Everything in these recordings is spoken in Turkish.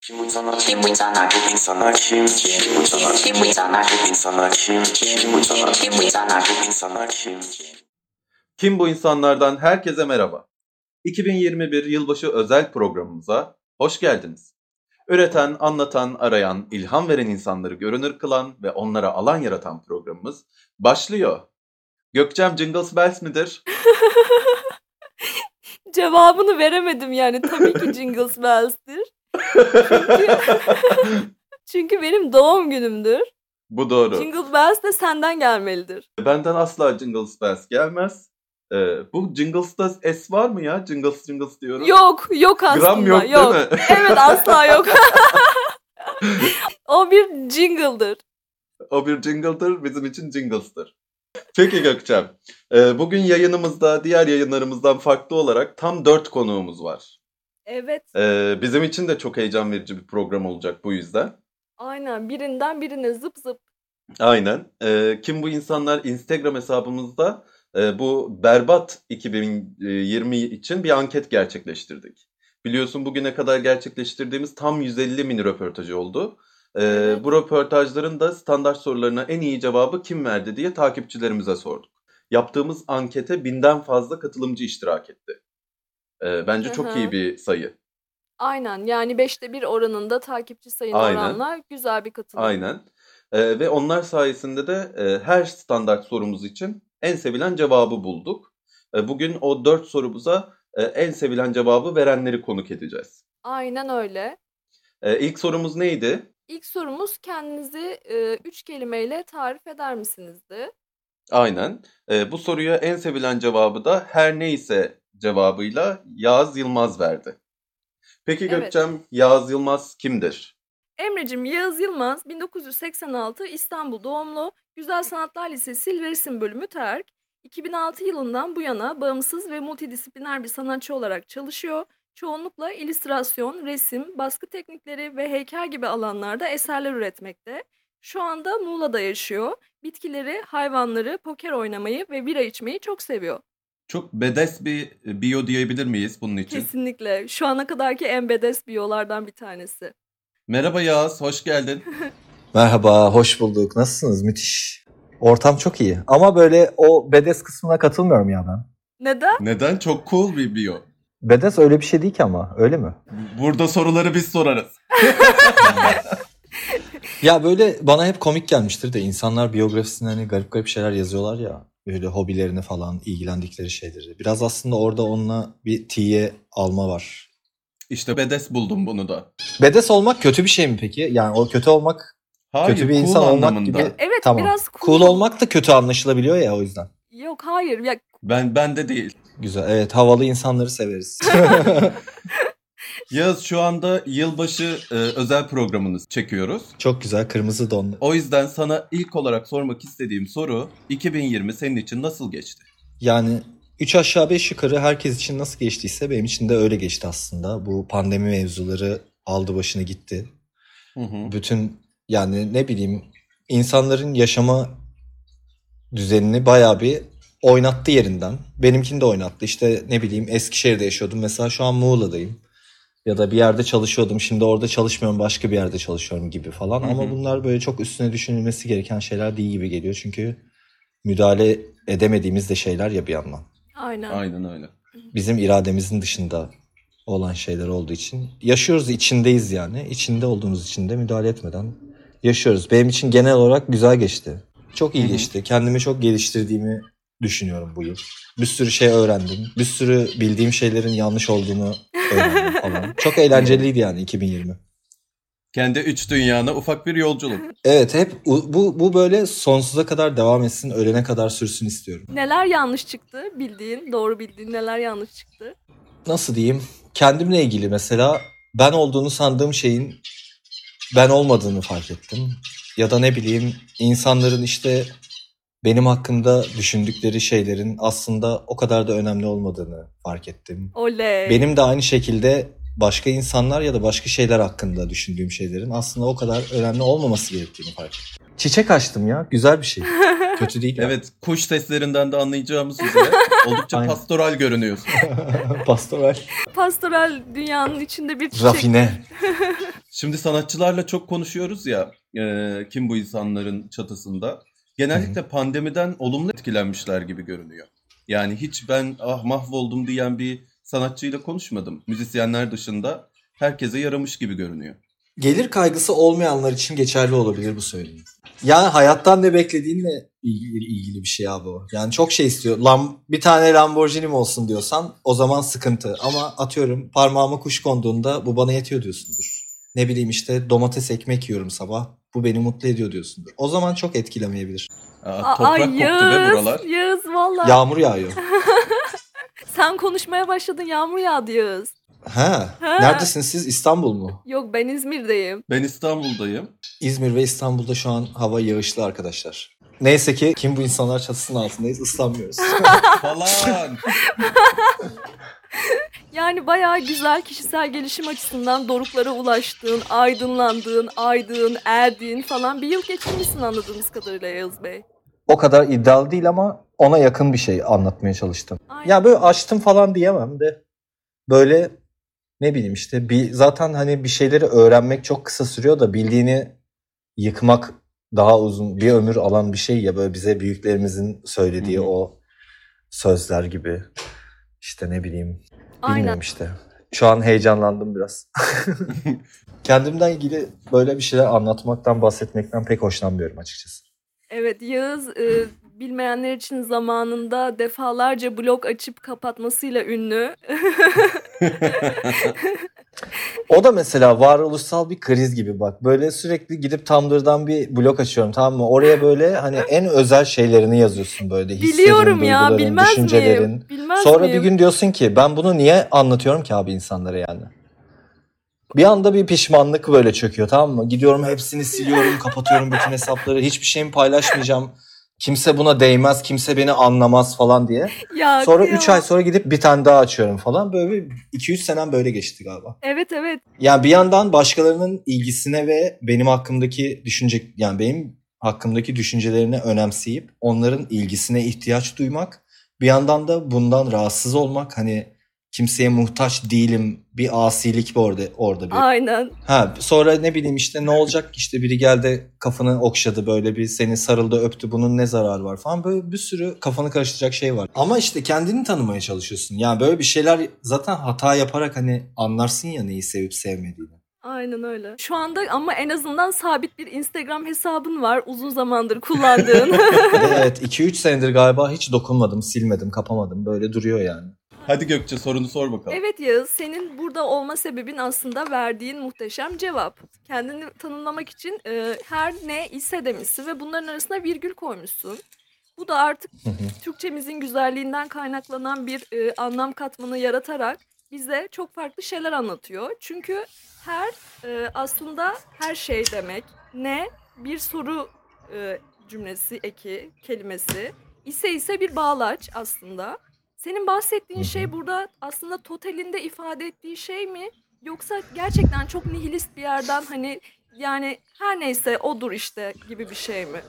Kim bu insanlar? Kim bu insanlar? Bu insanlar kim? Kim bu insanlar? Kim bu insanlar? Bu insanlar kim? Kim bu insanlar? Kim bu insanlar? Bu insanlar kim? Kim bu insanlardan herkese merhaba. 2021 yılbaşı özel programımıza hoş geldiniz. Üreten, anlatan, arayan, ilham veren insanları görünür kılan ve onlara alan yaratan programımız başlıyor. Gökçem Jingles Bells midir? Cevabını veremedim yani. Tabii ki Jingles Bells'tir. Çünkü benim doğum günümdür. Bu doğru. Jingle Bells de senden gelmelidir. Benden asla Jingles Bells gelmez. Bu Jingles'ta S var mı ya? Jingles diyorum. Yok aslında. Gram yok değil mi? Evet, asla yok. O bir jingle'dır. O bir jingle'dır, bizim için jingles'tır. Peki Gökçem, bugün yayınımızda diğer yayınlarımızdan farklı olarak tam 4 konuğumuz var. Evet. Bizim için de çok heyecan verici bir program olacak bu yüzden. Aynen, birinden birine zıp zıp. Aynen. Kim bu insanlar Instagram hesabımızda bu berbat 2020 için bir anket gerçekleştirdik. Biliyorsun bugüne kadar gerçekleştirdiğimiz tam 150 mini röportajı oldu. Evet. Bu röportajların da standart sorularına en iyi cevabı kim verdi diye takipçilerimize sorduk. Yaptığımız ankete 1000'den fazla katılımcı iştirak etti. Bence çok iyi bir sayı. Aynen, yani 5'te 1 oranında takipçi sayın oranla güzel bir katılım. Aynen. Ve onlar sayesinde de her standart sorumuz için en sevilen cevabı bulduk. Bugün o 4 sorumuza en sevilen cevabı verenleri konuk edeceğiz. Aynen öyle. İlk sorumuz neydi? İlk sorumuz, kendinizi 3 kelimeyle tarif eder misinizdi? Aynen. Bu soruya en sevilen cevabı da her neyse cevabıyla Yağız Yılmaz verdi. Peki Evet. Gökçem, Yağız Yılmaz kimdir? Emre'cim, Yağız Yılmaz 1986 İstanbul doğumlu, Güzel Sanatlar Lisesi Resim Bölümü terk. 2006 yılından bu yana bağımsız ve multidisipliner bir sanatçı olarak çalışıyor. Çoğunlukla illüstrasyon, resim, baskı teknikleri ve heykel gibi alanlarda eserler üretmekte. Şu anda Muğla'da yaşıyor. Bitkileri, hayvanları, poker oynamayı ve bira içmeyi çok seviyor. Çok bedes bir bio diyebilir miyiz bunun için? Kesinlikle. Şu ana kadarki en bedes biyolardan bir tanesi. Merhaba Yağız, hoş geldin. Merhaba, hoş bulduk. Nasılsınız? Müthiş. Ortam çok iyi. Ama böyle o bedes kısmına katılmıyorum ya ben. Neden? Neden? Çok cool bir bio. Bedes öyle bir şey değil ki ama, öyle mi? Burada soruları biz sorarız. Ya böyle bana hep komik gelmiştir de insanlar biyografisinde hani garip şeyler yazıyorlar ya. Böyle hobilerini falan, ilgilendikleri şeyleri. Biraz aslında orada onunla bir tiye alma var. İşte bedes buldum bunu da. Bedes olmak kötü bir şey mi peki? Yani o kötü olmak, Hayır, kötü bir cool insan olmak anlamında. gibi. Evet, Tamam. biraz Cool olmak da kötü anlaşılabiliyor ya, o yüzden. Yok, hayır. Ya, Ben de değil. Güzel. Evet, havalı insanları severiz. Yağız, şu anda yılbaşı özel programını çekiyoruz. Çok güzel, kırmızı donlu. O yüzden sana ilk olarak sormak istediğim soru, 2020 senin için nasıl geçti? Yani 3 aşağı 5 yukarı herkes için nasıl geçtiyse benim için de öyle geçti aslında. Bu pandemi mevzuları aldı başını gitti. Bütün, yani ne bileyim, insanların yaşama düzenini bayağı bir oynattı yerinden. Benimkini de oynattı. İşte ne bileyim, Eskişehir'de yaşıyordum. Mesela şu an Muğla'dayım. Ya da bir yerde çalışıyordum. Şimdi orada çalışmıyorum, başka bir yerde çalışıyorum gibi falan. Ama bunlar böyle çok üstüne düşünülmesi gereken şeyler değil gibi geliyor. Çünkü müdahale edemediğimiz de şeyler ya bir yandan. Aynen öyle. Bizim irademizin dışında olan şeyler olduğu için yaşıyoruz, içindeyiz yani. İçinde olduğumuz için de müdahale etmeden yaşıyoruz. Benim için genel olarak güzel geçti. Çok iyi geçti. Kendimi çok geliştirdiğimi düşünüyorum bu yıl. Bir sürü şey öğrendim. Bir sürü bildiğim şeylerin yanlış olduğunu öğrendim falan. Çok eğlenceliydi yani 2020. Kendi üç dünyana ufak bir yolculuk. Evet, hep bu böyle sonsuza kadar devam etsin, ölene kadar sürsün istiyorum. neler yanlış çıktı doğru bildiğin neler yanlış çıktı? Nasıl diyeyim? Kendimle ilgili mesela ben olduğunu sandığım şeyin ben olmadığını fark ettim. Ya da ne bileyim, insanların işte benim hakkımda düşündükleri şeylerin aslında o kadar da önemli olmadığını fark ettim. Oley. Benim de aynı şekilde başka insanlar ya da başka şeyler hakkında düşündüğüm şeylerin aslında o kadar önemli olmaması gerektiğini fark ettim. Çiçek açtım ya, güzel bir şey. Kötü değil. Evet, kuş seslerinden de anlayacağımız üzere oldukça Aynen. pastoral görünüyorsun. Pastoral. Pastoral dünyanın içinde bir çiçek. Rafine. Şimdi sanatçılarla çok konuşuyoruz ya, kim bu insanların çatısında. Genellikle pandemiden olumlu etkilenmişler gibi görünüyor. Yani hiç ben mahvoldum diyen bir sanatçıyla konuşmadım. Müzisyenler dışında herkese yaramış gibi görünüyor. Gelir kaygısı olmayanlar için geçerli olabilir bu söylediğim. Yani hayattan ne beklediğinle ilgili bir şey abi o. Yani çok şey istiyor. Bir tane Lamborghini'm olsun diyorsan o zaman sıkıntı. Ama atıyorum parmağıma kuş konduğunda bu bana yetiyor diyorsundur. Ne bileyim işte domates ekmek yiyorum sabah. Bu beni mutlu ediyor diyorsundur. O zaman çok etkilemeyebilir. Toprak koktu be buralar. Yağız valla. Yağmur yağıyor. Sen konuşmaya başladın, yağmur yağdı Yağız. Ha. Neredesiniz siz? İstanbul mu? Yok, ben İzmir'deyim. Ben İstanbul'dayım. İzmir ve İstanbul'da şu an hava yağışlı arkadaşlar. Neyse ki kim bu insanlar çatısının altındayız, ıslanmıyoruz. Falan. Yani bayağı güzel, kişisel gelişim açısından doruklara ulaştığın, aydınlandığın, aydın, erdiğin falan bir yıl geçirmişsin anladığımız kadarıyla Yağız Bey. O kadar iddialı değil ama ona yakın bir şey anlatmaya çalıştım. Aynen. Ya böyle açtım falan diyemem de böyle ne bileyim işte zaten hani bir şeyleri öğrenmek çok kısa sürüyor da bildiğini yıkmak daha uzun bir ömür alan bir şey ya, böyle bize büyüklerimizin söylediği o sözler gibi. İşte ne bileyim. Bilmiyorum Aynen. işte. Şu an heyecanlandım biraz. Kendimden ilgili böyle bir şeyler anlatmaktan, bahsetmekten pek hoşlanmıyorum açıkçası. Evet, Yağız bilmeyenler için zamanında defalarca blog açıp kapatmasıyla ünlü. O da mesela varoluşsal bir kriz gibi bak. Böyle sürekli gidip Tumblr'dan bir blog açıyorum, tamam mı? Oraya böyle hani en özel şeylerini yazıyorsun böyle. Biliyorum ya, duyguların, bilmez düşüncelerin. miyim? Bilmez Sonra miyim? bir gün diyorsun ki ben bunu niye anlatıyorum ki abi insanlara yani? Bir anda bir pişmanlık böyle çöküyor, tamam mı? Gidiyorum hepsini siliyorum, kapatıyorum bütün hesapları. Hiçbir şeyimi paylaşmayacağım. Kimse buna değmez, kimse beni anlamaz falan diye. Ya, Sonra kıyamam. 3 ay sonra gidip bir tane daha açıyorum falan. Böyle bir 2-3 senem böyle geçti galiba. Evet. Yani bir yandan başkalarının ilgisine ve benim hakkımdaki benim hakkımdaki düşüncelerini önemseyip onların ilgisine ihtiyaç duymak. Bir yandan da bundan rahatsız olmak, hani kimseye muhtaç değilim, bir asilik orada bir. Aynen. Sonra ne bileyim işte ne olacak, işte biri geldi kafanı okşadı, böyle bir seni sarıldı öptü, bunun ne zararı var falan, böyle bir sürü kafanı karıştıracak şey var. Ama işte kendini tanımaya çalışıyorsun. Yani böyle bir şeyler zaten hata yaparak hani anlarsın ya neyi sevip sevmediğini. Aynen öyle. Şu anda ama en azından sabit bir Instagram hesabın var. Uzun zamandır kullandığın. Evet 2-3 senedir galiba hiç dokunmadım, silmedim, kapamadım. Böyle duruyor yani. Hadi Gökçe, sorunu sor bakalım. Evet Yağız, senin burada olma sebebin aslında verdiğin muhteşem cevap. Kendini tanımlamak için her ne ise demişsin ve bunların arasına virgül koymuşsun. Bu da artık Türkçemizin güzelliğinden kaynaklanan bir anlam katmanı yaratarak bize çok farklı şeyler anlatıyor. Çünkü aslında her şey demek. Ne bir soru cümlesi, eki, kelimesi. İse bir bağlaç aslında. Senin bahsettiğin şey burada aslında totalinde ifade ettiği şey mi? Yoksa gerçekten çok nihilist bir yerden hani yani her neyse odur işte gibi bir şey mi?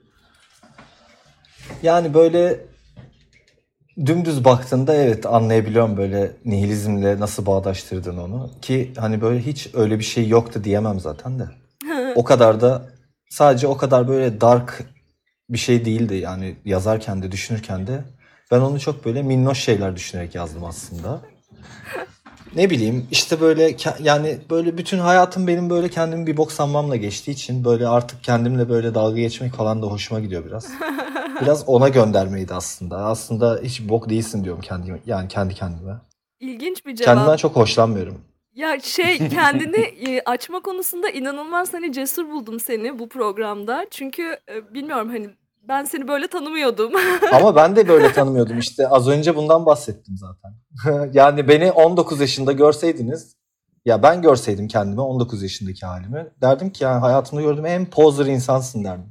Yani böyle dümdüz baktığında evet anlayabiliyorum böyle nihilizmle nasıl bağdaştırdın onu. Ki hani böyle hiç öyle bir şey yoktu diyemem zaten de. O kadar da sadece o kadar böyle dark bir şey değildi yani, yazarken de düşünürken de. Ben onu çok böyle minnoş şeyler düşünerek yazdım aslında. Ne bileyim işte böyle yani böyle bütün hayatım benim böyle kendimi bir bok sanmamla geçtiği için böyle artık kendimle böyle dalga geçmek falan da hoşuma gidiyor biraz. Biraz ona göndermeydi aslında. Aslında hiç bok değilsin diyorum kendi kendime. İlginç bir cevap. Kendimden çok hoşlanmıyorum. Ya kendini açma konusunda inanılmaz hani cesur buldum seni bu programda. Çünkü bilmiyorum hani ben seni böyle tanımıyordum. Ama ben de böyle tanımıyordum işte. Az önce bundan bahsettim zaten. Yani beni 19 yaşında görseydiniz, ya ben görseydim kendime 19 yaşındaki halimi, derdim ki yani hayatımda gördüğüm en poser insansın derdim.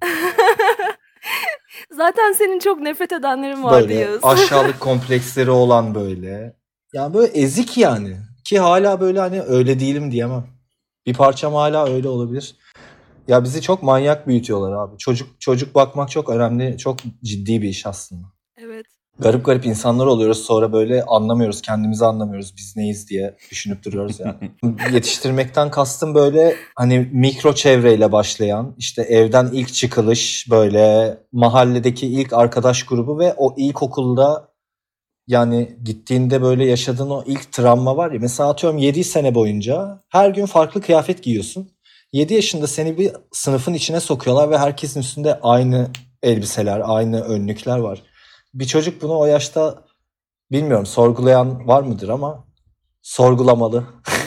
Zaten senin çok nefret edenlerin vardı Böyle Yağız. aşağılık kompleksleri olan böyle. Yani böyle ezik yani. Ki hala böyle hani öyle değilim diyemem. Bir parçam hala öyle olabilir. Ya bizi çok manyak büyütüyorlar abi. Çocuk bakmak çok önemli, çok ciddi bir iş aslında. Evet. Garip garip insanlar oluyoruz, sonra böyle anlamıyoruz, kendimizi anlamıyoruz, biz neyiz diye düşünüp duruyoruz yani. Yetiştirmekten kastım böyle hani mikro çevreyle başlayan, işte evden ilk çıkılış, böyle mahalledeki ilk arkadaş grubu ve o ilkokulda yani gittiğinde böyle yaşadığın o ilk travma var ya. Mesela atıyorum 7 sene boyunca her gün farklı kıyafet giyiyorsun. 7 yaşında seni bir sınıfın içine sokuyorlar ve herkesin üstünde aynı elbiseler, aynı önlükler var. Bir çocuk bunu o yaşta, bilmiyorum sorgulayan var mıdır ama sorgulamalı.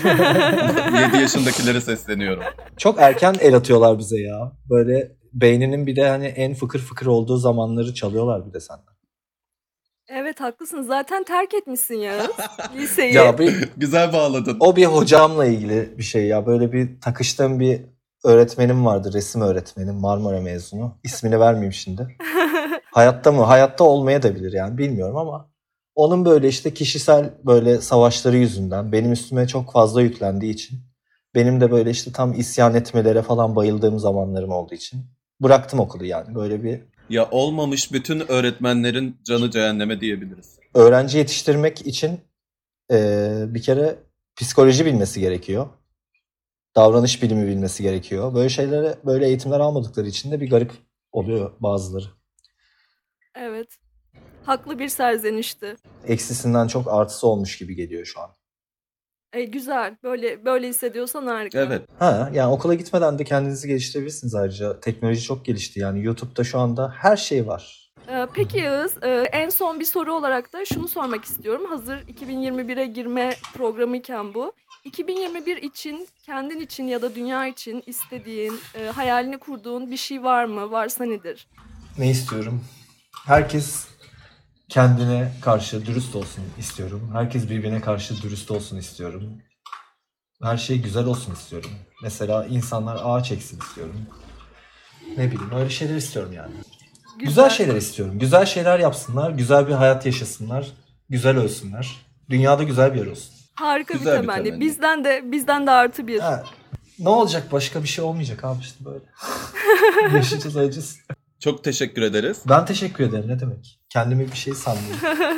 7 yaşındakilere sesleniyorum. Çok erken el atıyorlar bize ya. Böyle beyninin bir de hani en fıkır fıkır olduğu zamanları çalıyorlar bir de senden. Evet, haklısın. Zaten terk etmişsin ya liseyi. Ya Güzel bağladın. o bir hocamla ilgili bir şey ya. Böyle bir takıştığım bir öğretmenim vardı. Resim öğretmenim. Marmara mezunu. İsmini vermeyeyim şimdi. Hayatta mı? Hayatta olmaya da bilir yani, bilmiyorum ama onun böyle işte kişisel böyle savaşları yüzünden benim üstüme çok fazla yüklendiği için, benim de böyle işte tam isyan etmelere falan bayıldığım zamanlarım olduğu için bıraktım okulu yani. Böyle bir Ya olmamış bütün öğretmenlerin canı cehenneme diyebiliriz. öğrenci yetiştirmek için bir kere psikoloji bilmesi gerekiyor. Davranış bilimi bilmesi gerekiyor. Böyle şeylere, böyle eğitimler almadıkları için de bir garip oluyor bazıları. Evet. Haklı bir serzenişti. Eksisinden çok artısı olmuş gibi geliyor şu an. Güzel. Böyle hissediyorsan harika. Evet. Yani okula gitmeden de kendinizi geliştirebilirsiniz ayrıca. Teknoloji çok gelişti yani. YouTube'da şu anda her şey var. Peki Yağız, en son bir soru olarak da şunu sormak istiyorum. Hazır 2021'e girme programıyken bu. 2021 için, kendin için ya da dünya için istediğin, hayalini kurduğun bir şey var mı? Varsa nedir? Ne istiyorum? Herkes kendine karşı dürüst olsun istiyorum. Herkes birbirine karşı dürüst olsun istiyorum. Her şey güzel olsun istiyorum. Mesela insanlar ağaç eksin istiyorum. Ne bileyim, öyle şeyler istiyorum yani. Güzel şeyler istiyorum. Güzel şeyler yapsınlar. Güzel bir hayat yaşasınlar. Güzel ölsünler. Dünyada güzel bir yer olsun. Harika Güzel bir bir temenni. temenni. Bizden de artı bir. Ne olacak? Başka bir şey olmayacak abi, işte böyle. Yaşayacağız, öleceğiz. Çok teşekkür ederiz. Ben teşekkür ederim. Ne demek? Kendimi bir şey sanmıyorum.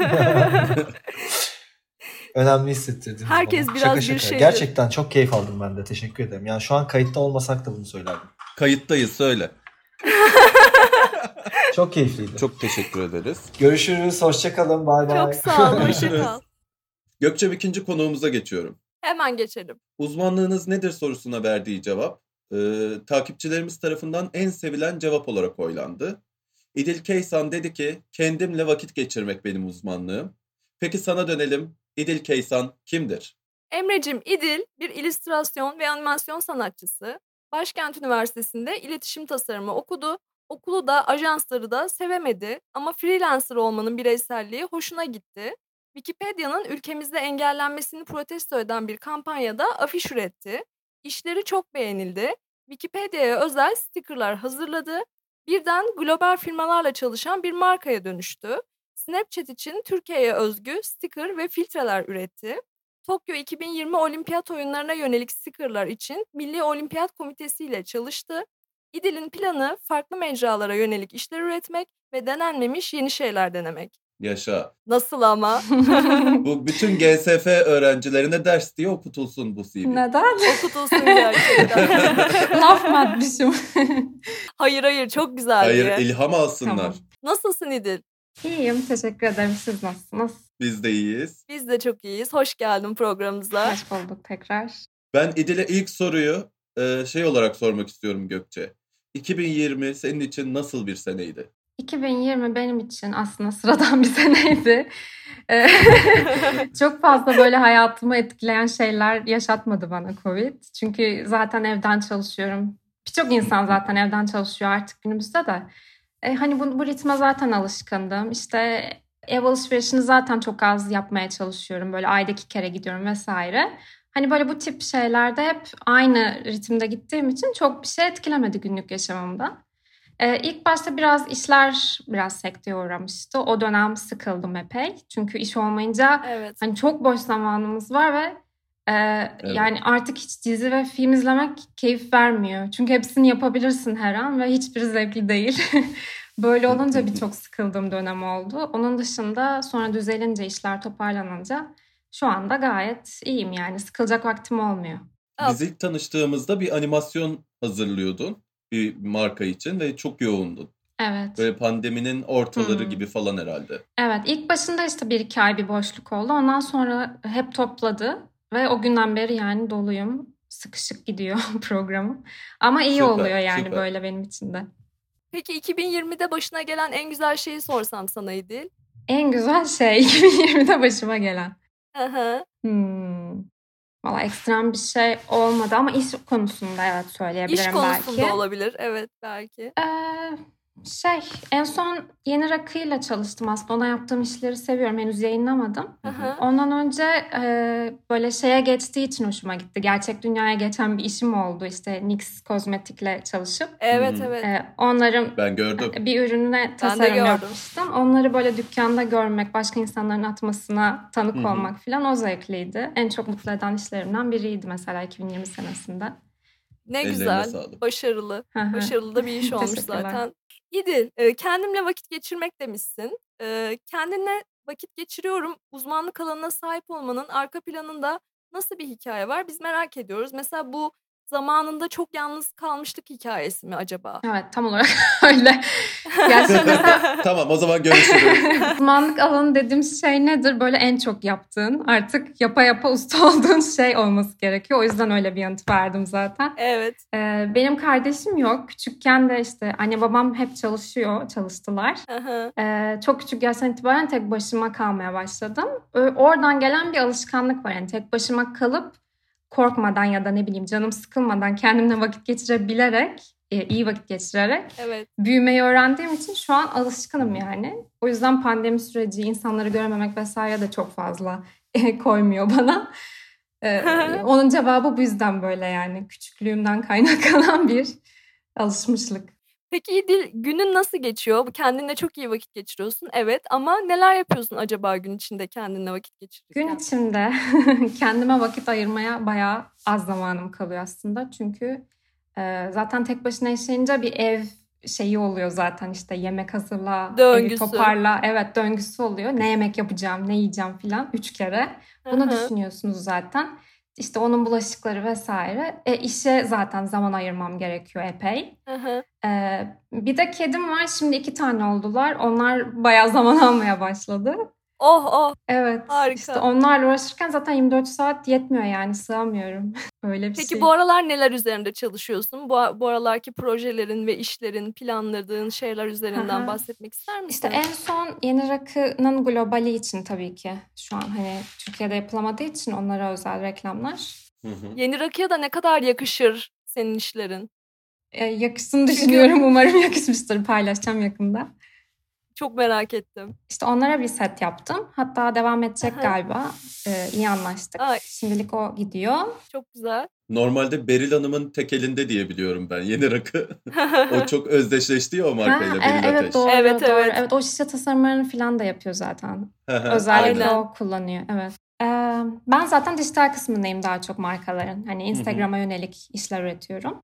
Önemli hissettirdiniz Herkes bana. biraz Şaka bir şaka. şeydir. Gerçekten çok keyif aldım ben de. Teşekkür ederim. Yani şu an kayıtta olmasak da bunu söylerdim. Kayıttayız, söyle. Çok keyifliydi. Çok teşekkür ederiz. Görüşürüz. Hoşça kalın. Bay bay. Çok sağ ol. Hoşça kal. Gökçe, ikinci konuğumuza geçiyorum. Hemen geçelim. Uzmanlığınız nedir sorusuna verdiği cevap, takipçilerimiz tarafından en sevilen cevap olarak oylandı. İdil Keysan dedi ki, kendimle vakit geçirmek benim uzmanlığım. Peki sana dönelim. İdil Keysan kimdir? Emrecim, İdil bir illüstrasyon ve animasyon sanatçısı. Başkent Üniversitesi'nde iletişim tasarımı okudu. Okulu da ajansları da sevemedi ama freelancer olmanın bireyselliği hoşuna gitti. Wikipedia'nın ülkemizde engellenmesini protesto eden bir kampanyada afiş üretti. İşleri çok beğenildi. Wikipedia'ya özel stickerlar hazırladı. Birden global firmalarla çalışan bir markaya dönüştü. Snapchat için Türkiye'ye özgü sticker ve filtreler üretti. Tokyo 2020 Olimpiyat Oyunlarına yönelik stickerlar için Milli Olimpiyat Komitesi ile çalıştı. İdil'in planı farklı mecralara yönelik işler üretmek ve denenmemiş yeni şeyler denemek. Yaşa. Nasıl ama? Bu bütün GSF öğrencilerine ders diye okutulsun bu CV. Neden? Okutulsun gerçekten. Laf mı atmışım? Hayır çok güzel Hayır, diye. ilham alsınlar. Tamam. Nasılsın İdil? İyiyim, teşekkür ederim. Siz nasılsınız? Biz de iyiyiz. Biz de çok iyiyiz. Hoş geldin programımıza. Hoş bulduk tekrar. Ben İdil'e ilk soruyu şey olarak sormak istiyorum Gökçe. 2020 senin için nasıl bir seneydi? 2020 benim için aslında sıradan bir seneydi. Çok fazla böyle hayatımı etkileyen şeyler yaşatmadı bana Covid. Çünkü zaten evden çalışıyorum. Birçok insan zaten evden çalışıyor artık günümüzde de. Hani bu ritme zaten alışkındım. İşte ev alışverişini zaten çok az yapmaya çalışıyorum. Böyle ayda 2 kere gidiyorum vesaire. Hani böyle bu tip şeylerde hep aynı ritimde gittiğim için çok bir şey etkilemedi günlük yaşamımda. İlk başta işler biraz sekteye uğramıştı. O dönem sıkıldım epey. Çünkü iş olmayınca Evet. hani çok boş zamanımız var ve yani artık hiç dizi ve film izlemek keyif vermiyor. Çünkü hepsini yapabilirsin her an ve hiçbiri zevkli değil. Böyle olunca birçok sıkıldığım dönem oldu. Onun dışında sonra düzelince, işler toparlanınca şu anda gayet iyiyim yani. Sıkılacak vaktim olmuyor. Biz ilk tanıştığımızda bir animasyon hazırlıyordun bir marka için ve çok yoğundun. Evet. Böyle pandeminin ortaları gibi falan herhalde. Evet, ilk başında işte 1-2 ay bir boşluk oldu. Ondan sonra hep topladı ve o günden beri yani doluyum. Sıkışık gidiyor programım. Ama iyi Süper, oluyor yani süper. böyle benim için de. Peki 2020'de başına gelen en güzel şeyi sorsam sana İdil? En güzel şey 2020'de başıma gelen. Hı hı. Valla ekstrem bir şey olmadı ama iş konusunda evet söyleyebilirim İş konusunda belki. olabilir. Evet belki. En son Yeni Rakı'yla çalıştım aslında. Ona yaptığım işleri seviyorum. Henüz yayınlamadım. Hı hı. Ondan önce böyle şeye geçtiği için hoşuma gitti. Gerçek dünyaya geçen bir işim oldu. İşte NYX Kozmetik'le çalışıp. Evet evet. Onların Ben gördüm. bir ürününe tasarım yapmıştım. Onları böyle dükkanda görmek, başka insanların atmasına tanık olmak falan o zevkliydi. En çok mutlu eden işlerimden biriydi mesela 2020 senesinde. Ne Ellerine güzel, sağlık. başarılı. Başarılı da bir iş olmuş Teşekkürler. zaten. İdil, kendimle vakit geçirmek demişsin. Kendinle vakit geçiriyorum. Uzmanlık alanına sahip olmanın arka planında nasıl bir hikaye var? Biz merak ediyoruz. Mesela bu zamanında çok yalnız kalmışlık hikayesi mi acaba? Evet, tam olarak öyle. Yani şimdi mesela Tamam, o zaman görüşürüz. uzmanlık alanı dediğimiz şey nedir? Böyle en çok yaptığın, artık yapa yapa usta olduğun şey olması gerekiyor. O yüzden öyle bir yanıt verdim zaten. Evet. Benim kardeşim yok. Küçükken de işte anne babam hep çalıştılar. Hı hı. Çok küçük yaştan itibaren tek başıma kalmaya başladım. Oradan gelen bir alışkanlık var. Yani tek başıma kalıp korkmadan ya da ne bileyim canım sıkılmadan kendimle vakit geçirebilerek, iyi vakit geçirerek Evet. büyümeyi öğrendiğim için şu an alışkınım yani. O yüzden pandemi süreci, insanları görememek vesaire de çok fazla koymuyor bana. Onun cevabı bu yüzden böyle yani. Küçüklüğümden kaynaklanan bir alışmışlık. Peki İdil, günün nasıl geçiyor? Kendinle çok iyi vakit geçiriyorsun. Evet ama neler yapıyorsun acaba gün içinde kendinle vakit geçirirken? Gün içinde kendime vakit ayırmaya bayağı az zamanım kalıyor aslında. Çünkü zaten tek başına yaşayınca bir ev şeyi oluyor zaten işte yemek hazırla, evi toparla. Evet, döngüsü oluyor. Ne yemek yapacağım, ne yiyeceğim filan 3 kere. Bunu düşünüyorsunuz zaten. İşte onun bulaşıkları vesaire. İşe zaten zaman ayırmam gerekiyor epey. Bir de kedim var. Şimdi 2 tane oldular. Onlar bayağı zaman almaya başladı. Oh. Evet. Harika. İşte onlarla uğraşırken zaten 24 saat yetmiyor yani. Sığamıyorum. Öyle bir Peki şey. bu aralar neler üzerinde çalışıyorsun? Bu aralarki projelerin ve işlerin, planladığın şeyler üzerinden bahsetmek ister misin? İşte en son Yeni Rakı'nın globali için tabii ki. Şu an hani Türkiye'de yapılamadığı için onlara özel reklamlar. Yeni Rakı'ya da ne kadar yakışır senin işlerin? Yakışsın düşünüyorum. Umarım yakışmıştır. Paylaşacağım yakında. Çok merak ettim. İşte onlara bir set yaptım. Hatta devam edecek galiba. İyi anlaştık. Şimdilik o gidiyor. Çok güzel. Normalde Beril Hanım'ın tek elinde diye biliyorum ben. Yeni Rakı. O çok özdeşleşti ya o markayla Beril Ateş. Evet doğru. Evet, o şişe tasarımlarını falan da yapıyor zaten. Özellikle o kullanıyor. Evet. Ben zaten dijital kısmındayım daha çok markaların. Hani Instagram'a yönelik işler üretiyorum.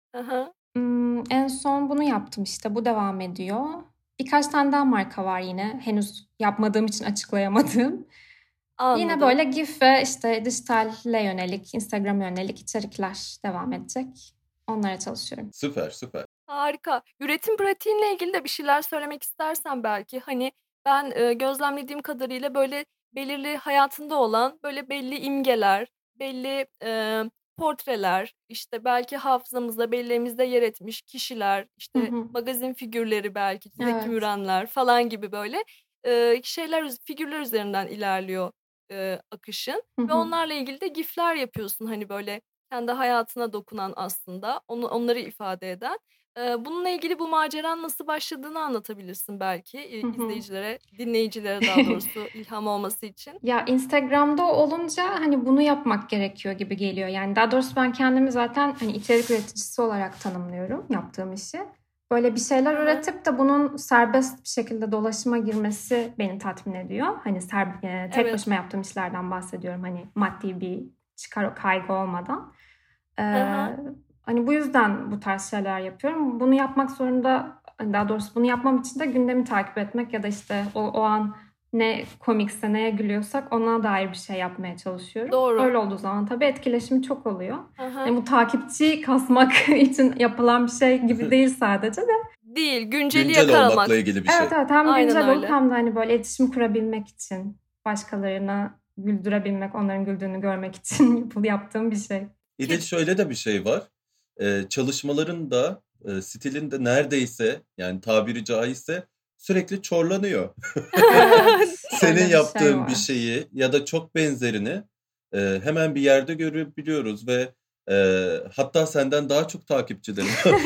En son bunu yaptım işte. Bu devam ediyor. Birkaç tane daha marka var yine. Henüz yapmadığım için açıklayamadığım. Anladım. Yine böyle GIF ve işte dijitalle yönelik, Instagram'a yönelik içerikler devam edecek. Onlara çalışıyorum. Süper. Harika. Üretim pratiğinle ilgili de bir şeyler söylemek istersen belki. Hani ben gözlemlediğim kadarıyla böyle belirli hayatında olan böyle belli imgeler, belli portreler, işte belki hafızamızda, belleğimizde yer etmiş kişiler, işte magazin figürleri belki, Zeki Mürenler falan gibi böyle figürler üzerinden ilerliyor akışın. Ve onlarla ilgili de gifler yapıyorsun hani böyle kendi hayatına dokunan aslında, onları ifade eden. Bununla ilgili bu maceran nasıl başladığını anlatabilirsin belki izleyicilere, dinleyicilere daha doğrusu ilham olması için. Ya Instagram'da olunca hani bunu yapmak gerekiyor gibi geliyor. Yani daha doğrusu ben kendimi zaten hani içerik üreticisi olarak tanımlıyorum yaptığım işi. Böyle bir şeyler üretip de bunun serbest bir şekilde dolaşıma girmesi beni tatmin ediyor. Hani tek başıma yaptığım işlerden bahsediyorum. Hani maddi bir çıkar kaygı olmadan. Hani bu yüzden bu tarz şeyler yapıyorum. Bunu yapmak zorunda Daha doğrusu bunu yapmam için de gündemi takip etmek ya da işte o an ne komikse, neye gülüyorsak ona dair bir şey yapmaya çalışıyorum. Doğru. Öyle olduğu zaman tabii etkileşimi çok oluyor. Yani bu takipçi kasmak için yapılan bir şey gibi değil sadece de. Değil, günceli Güncel yakalamak. olmakla ilgili bir şey. Evet hem Aynen güncel öyle. olup hem de hani böyle iletişim kurabilmek için, başkalarına güldürebilmek, onların güldüğünü görmek için yaptığım bir şey. İdil şöyle de bir şey var. Çalışmaların da stilin de neredeyse yani tabiri caizse sürekli çorlanıyor. Senin Öyle bir yaptığın şey var. bir şeyi ya da çok benzerini hemen bir yerde görebiliyoruz ve hatta senden daha çok takipçilerim var.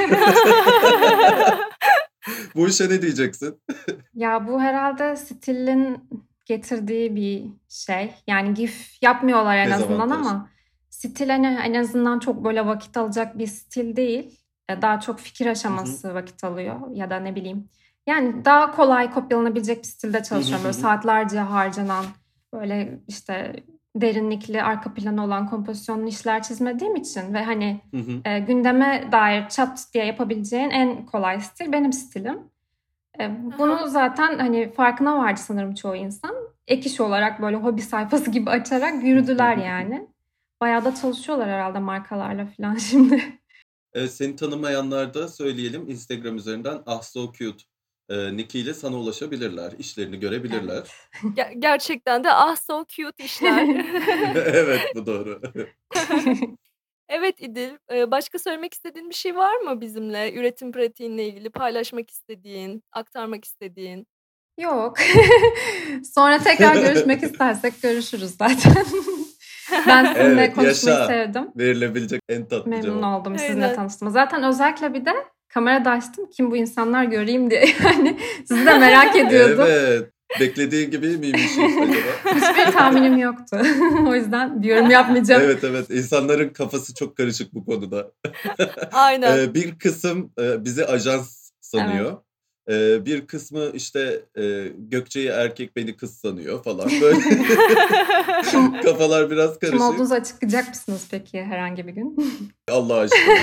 Bu işe ne diyeceksin? Ya bu herhalde stilin getirdiği bir şey. Yani GIF yapmıyorlar en azından Dezavantaj. ama stil en azından çok böyle vakit alacak bir stil değil. Daha çok fikir aşaması vakit alıyor ya da ne bileyim. Yani daha kolay kopyalanabilecek bir stilde çalışıyorum. Böyle saatlerce harcanan böyle işte derinlikli arka planı olan kompozisyonlu işler çizmediğim için ve hani gündeme dair çat diye yapabileceğin en kolay stil benim stilim. Bunu zaten hani farkına vardı sanırım çoğu insan. Ek iş olarak böyle hobi sayfası gibi açarak yürüdüler yani. Bayağı da çalışıyorlar herhalde markalarla falan şimdi. Evet, seni tanımayanlar da söyleyelim. Instagram üzerinden @so_cute nickiyle sana ulaşabilirler. İşlerini görebilirler. Gerçekten de so cute işler. Evet, bu doğru. Evet İdil, başka söylemek istediğin bir şey var mı bizimle? Üretim pratiğinle ilgili paylaşmak istediğin, aktarmak istediğin? Yok. Sonra tekrar görüşmek istersek görüşürüz zaten. Ben sizinle Evet, konuşmayı yaşa. sevdim. Verilebilecek en tatlı Memnun cevap. oldum sizinle Aynen. tanıştığıma. Zaten özellikle bir de kamerada açtım. Kim bu insanlar göreyim diye. Yani sizi de merak ediyordum. Evet. Beklediğin gibi miymiş acaba? Hiçbir tahminim yoktu. O yüzden bir yorum yapmayacağım. Evet. İnsanların kafası çok karışık bu konuda. Aynen. Bir kısım bizi ajans sanıyor. Bir kısmı işte Gökçe'yi erkek beni kız sanıyor falan. Böyle kafalar biraz Kim karışık. olduğunuzu açıklayacak mısınız peki herhangi bir gün? Allah aşkına.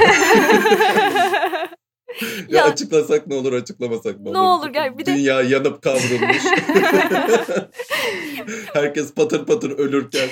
Ya Ya, açıklasak ne olur, açıklamasak ne olur? ne olur gel bir de Dünya yanıp kavrulmuş. Herkes patır patır ölürken.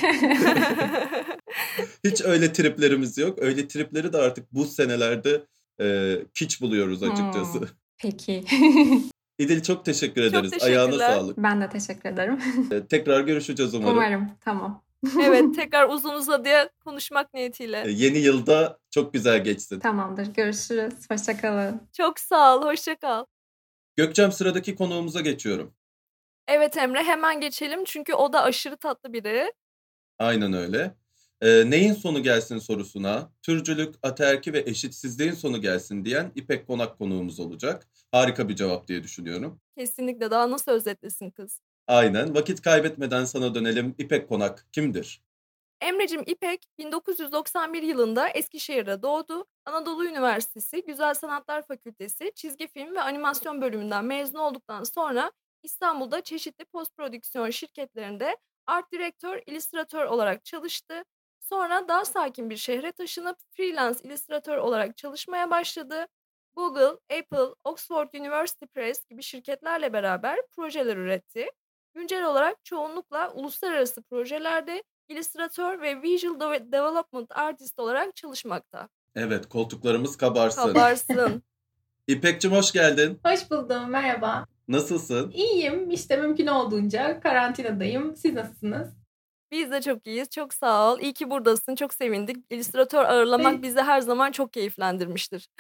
Hiç öyle triplerimiz yok. Öyle tripleri de artık bu senelerde kiç buluyoruz açıkçası. Peki. İdil çok teşekkür ederiz. teşekkürler. Ayağına sağlık. Ben de teşekkür ederim. Tekrar görüşeceğiz umarım. Umarım. Tamam. evet tekrar uzun uzadıya konuşmak niyetiyle. Yeni yılda çok güzel geçsin. Tamamdır. Görüşürüz. Hoşçakalın. Çok sağ ol, hoşça kal. Gökçem, sıradaki konuğumuza geçiyorum. Evet Emre, hemen geçelim çünkü o da aşırı tatlı biri. Aynen öyle. Neyin sonu gelsin sorusuna türcülük, ataerki ve eşitsizliğin sonu gelsin diyen İpek Konak konuğumuz olacak. Harika bir cevap diye düşünüyorum. Kesinlikle, daha nasıl özetlesin kız? Aynen. Vakit kaybetmeden sana dönelim. İpek Konak kimdir? Emrecim, İpek 1991 yılında Eskişehir'de doğdu. Anadolu Üniversitesi Güzel Sanatlar Fakültesi Çizgi Film ve Animasyon bölümünden mezun olduktan sonra İstanbul'da çeşitli post prodüksiyon şirketlerinde art direktör, illüstratör olarak çalıştı. Sonra daha sakin bir şehre taşınıp freelance illüstratör olarak çalışmaya başladı. Google, Apple, Oxford University Press gibi şirketlerle beraber projeler üretti. Güncel olarak çoğunlukla uluslararası projelerde illüstratör ve visual development artist olarak çalışmakta. Evet, koltuklarımız kabarsın. Kabarsın. İpek'cim hoş geldin. Hoş buldum, merhaba. Nasılsın? İyiyim, işte mümkün olduğunca karantinadayım. Siz nasılsınız? Biz de çok iyiyiz. Çok sağ ol. İyi ki buradasın. Çok sevindik. İllüstratör ağırlamak bizi her zaman çok keyiflendirmiştir.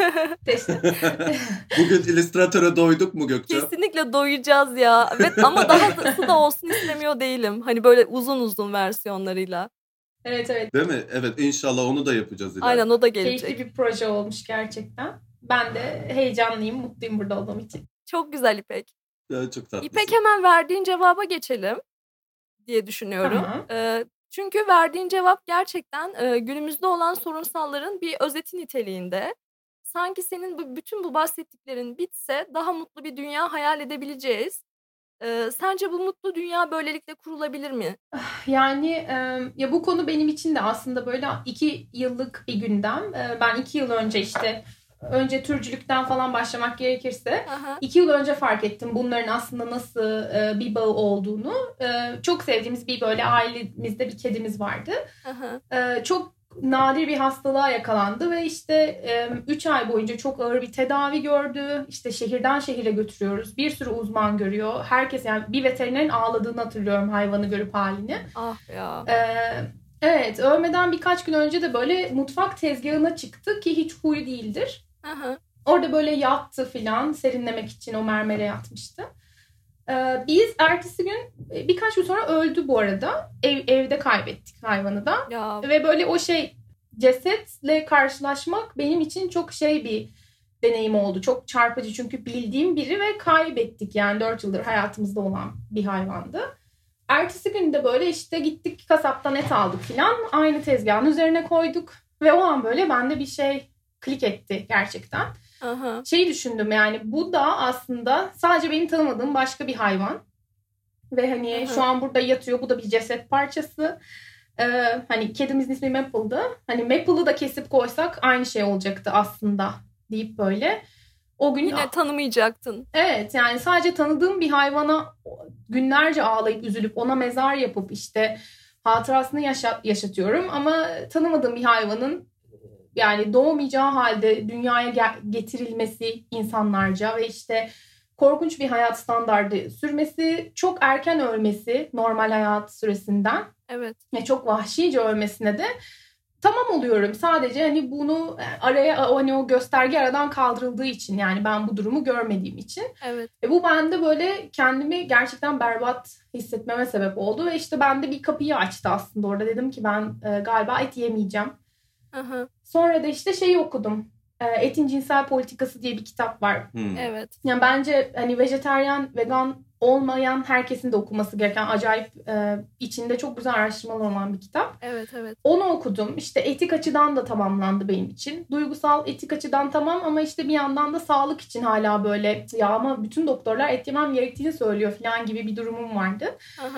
Bugün illüstratöre doyduk mu Gökçe? Kesinlikle doyacağız ya. Evet, ama dahası da olsun istemiyor değilim. Hani böyle uzun uzun versiyonlarıyla. Evet. Değil mi? Evet, inşallah onu da yapacağız ileride. Aynen, o da gelecek. Keyifli bir proje olmuş gerçekten. Ben de heyecanlıyım, mutluyum burada olduğum için. Çok güzel İpek. Ya, çok tatlısın. İpek, hemen verdiğin cevaba geçelim diye düşünüyorum. Tamam. Çünkü verdiğin cevap gerçekten günümüzde olan sorunsalların bir özeti niteliğinde. Sanki senin bütün bu bahsettiklerin bitse daha mutlu bir dünya hayal edebileceğiz. Sence bu mutlu dünya böylelikle kurulabilir mi? Yani ya bu konu benim için de aslında böyle 2 yıllık bir gündem. Ben 2 yıl önce işte önce türcülükten falan başlamak gerekirse Aha. 2 yıl önce fark ettim bunların aslında nasıl bir bağı olduğunu. Çok sevdiğimiz bir böyle ailemizde bir kedimiz vardı. Aha. Çok nadir bir hastalığa yakalandı ve işte 3 ay boyunca çok ağır bir tedavi gördü. İşte şehirden şehire götürüyoruz. Bir sürü uzman görüyor. Herkes, yani bir veteriner ağladığını hatırlıyorum hayvanı görüp halini. Ah ya. Evet, ölmeden birkaç gün önce de böyle mutfak tezgahına çıktı ki hiç huyu değildir. Aha. Orada böyle yattı filan, serinlemek için o mermere yatmıştı. Biz ertesi gün, birkaç gün sonra öldü bu arada. Evde kaybettik hayvanı da. Ya. Ve böyle o cesetle karşılaşmak benim için çok bir deneyim oldu. Çok çarpıcı, çünkü bildiğim biri ve kaybettik. Yani 4 yıldır hayatımızda olan bir hayvandı. Ertesi gün de böyle işte gittik kasaptan et aldık filan. Aynı tezgahın üzerine koyduk. Ve o an böyle bende bir klik etti gerçekten. Aha. Düşündüm, yani bu da aslında sadece benim tanımadığım başka bir hayvan. Ve hani Aha. şu an burada yatıyor. Bu da bir ceset parçası. Hani kedimizin ismi Maple'dı. Hani Maple'ı da kesip koysak aynı şey olacaktı aslında deyip böyle. O gün Yine tanımayacaktın. Evet, yani sadece tanıdığım bir hayvana günlerce ağlayıp üzülüp ona mezar yapıp işte hatırasını yaşatıyorum. Ama tanımadığım bir hayvanın yani doğmayacağı halde dünyaya getirilmesi insanlarca ve işte korkunç bir hayat standardı sürmesi, çok erken ölmesi normal hayat süresinden. Evet. Çok vahşice ölmesine de tamam oluyorum. Sadece hani bunu araya, hani o gösterge aradan kaldırıldığı için, yani ben bu durumu görmediğim için. Evet. Bu bende böyle kendimi gerçekten berbat hissetmeme sebep oldu ve işte bende bir kapıyı açtı aslında orada. Dedim ki ben galiba et yemeyeceğim. Aha. Sonra da işte okudum. Etin Cinsel Politikası diye bir kitap var. Evet. Yani bence hani vejetaryen, vegan olmayan herkesin de okuması gereken acayip içinde çok güzel araştırmalar olan bir kitap. Evet, evet. Onu okudum. İşte etik açıdan da tamamlandı benim için. Duygusal etik açıdan tamam ama işte bir yandan da sağlık için hala böyle ya ama bütün doktorlar et yemem gerektiğini söylüyor falan gibi bir durumum vardı.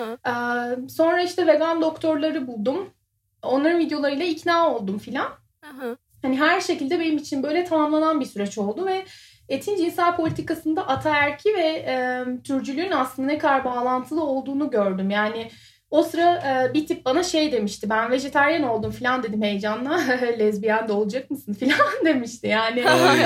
Aha. Sonra işte vegan doktorları buldum. Onların videolarıyla ikna oldum filan. Aha. Hani her şekilde benim için böyle tamamlanan bir süreç oldu ve etin cinsel politikasında ataerki ve türcülüğün aslında ne kadar bağlantılı olduğunu gördüm. Yani o sıra bir tip bana demişti, ben vejetaryen oldum falan, dedim heyecanla. Lezbiyen de olacak mısın falan demişti yani.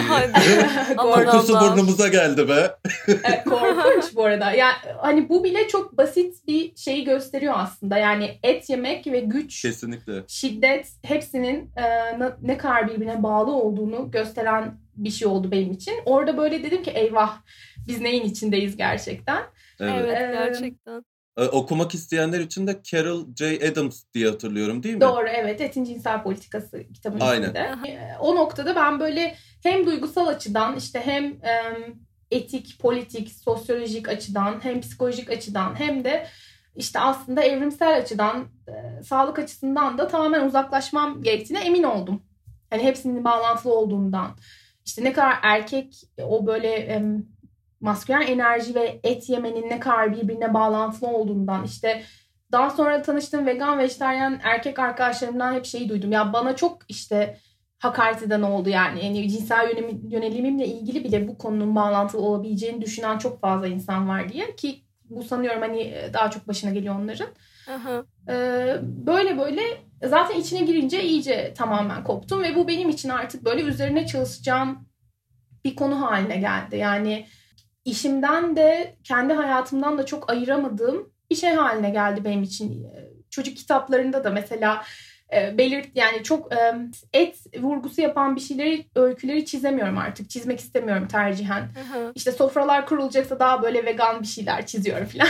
Kokusu burnumuza geldi be. Korkunç bu arada. Yani hani bu bile çok basit bir şeyi gösteriyor aslında. Yani et yemek ve güç, kesinlikle, şiddet hepsinin ne kadar birbirine bağlı olduğunu gösteren bir şey oldu benim için. Orada böyle dedim ki eyvah, biz neyin içindeyiz gerçekten. Evet, gerçekten. Okumak isteyenler için de Carol J. Adams diye hatırlıyorum, değil mi? Doğru, evet. Etin Cinsel Politikası kitabın içinde. O noktada ben böyle hem duygusal açıdan işte hem etik, politik, sosyolojik açıdan hem psikolojik açıdan hem de işte aslında evrimsel açıdan sağlık açısından da tamamen uzaklaşmam gerektiğine emin oldum. Hani hepsinin bağlantılı olduğundan. İşte ne kadar erkek o böyle maskülen enerji ve et yemenin ne kadar birbirine bağlantılı olduğundan, işte daha sonra tanıştığım vegan, vejetaryen erkek arkadaşlarımdan hep duydum. Ya bana çok işte hakaret eden oldu yani. Yani cinsel yönelimimle ilgili bile bu konunun bağlantılı olabileceğini düşünen çok fazla insan var diye, ki bu sanıyorum hani daha çok başına geliyor onların. Böyle zaten içine girince iyice tamamen koptum ve bu benim için artık böyle üzerine çalışacağım bir konu haline geldi. Yani işimden de kendi hayatımdan da çok ayıramadığım bir şey haline geldi benim için. Çocuk kitaplarında da mesela yani çok et vurgusu yapan bir şeyleri, öyküleri çizemiyorum artık. Çizmek istemiyorum tercihen. İşte sofralar kurulacaksa daha böyle vegan bir şeyler çiziyorum falan.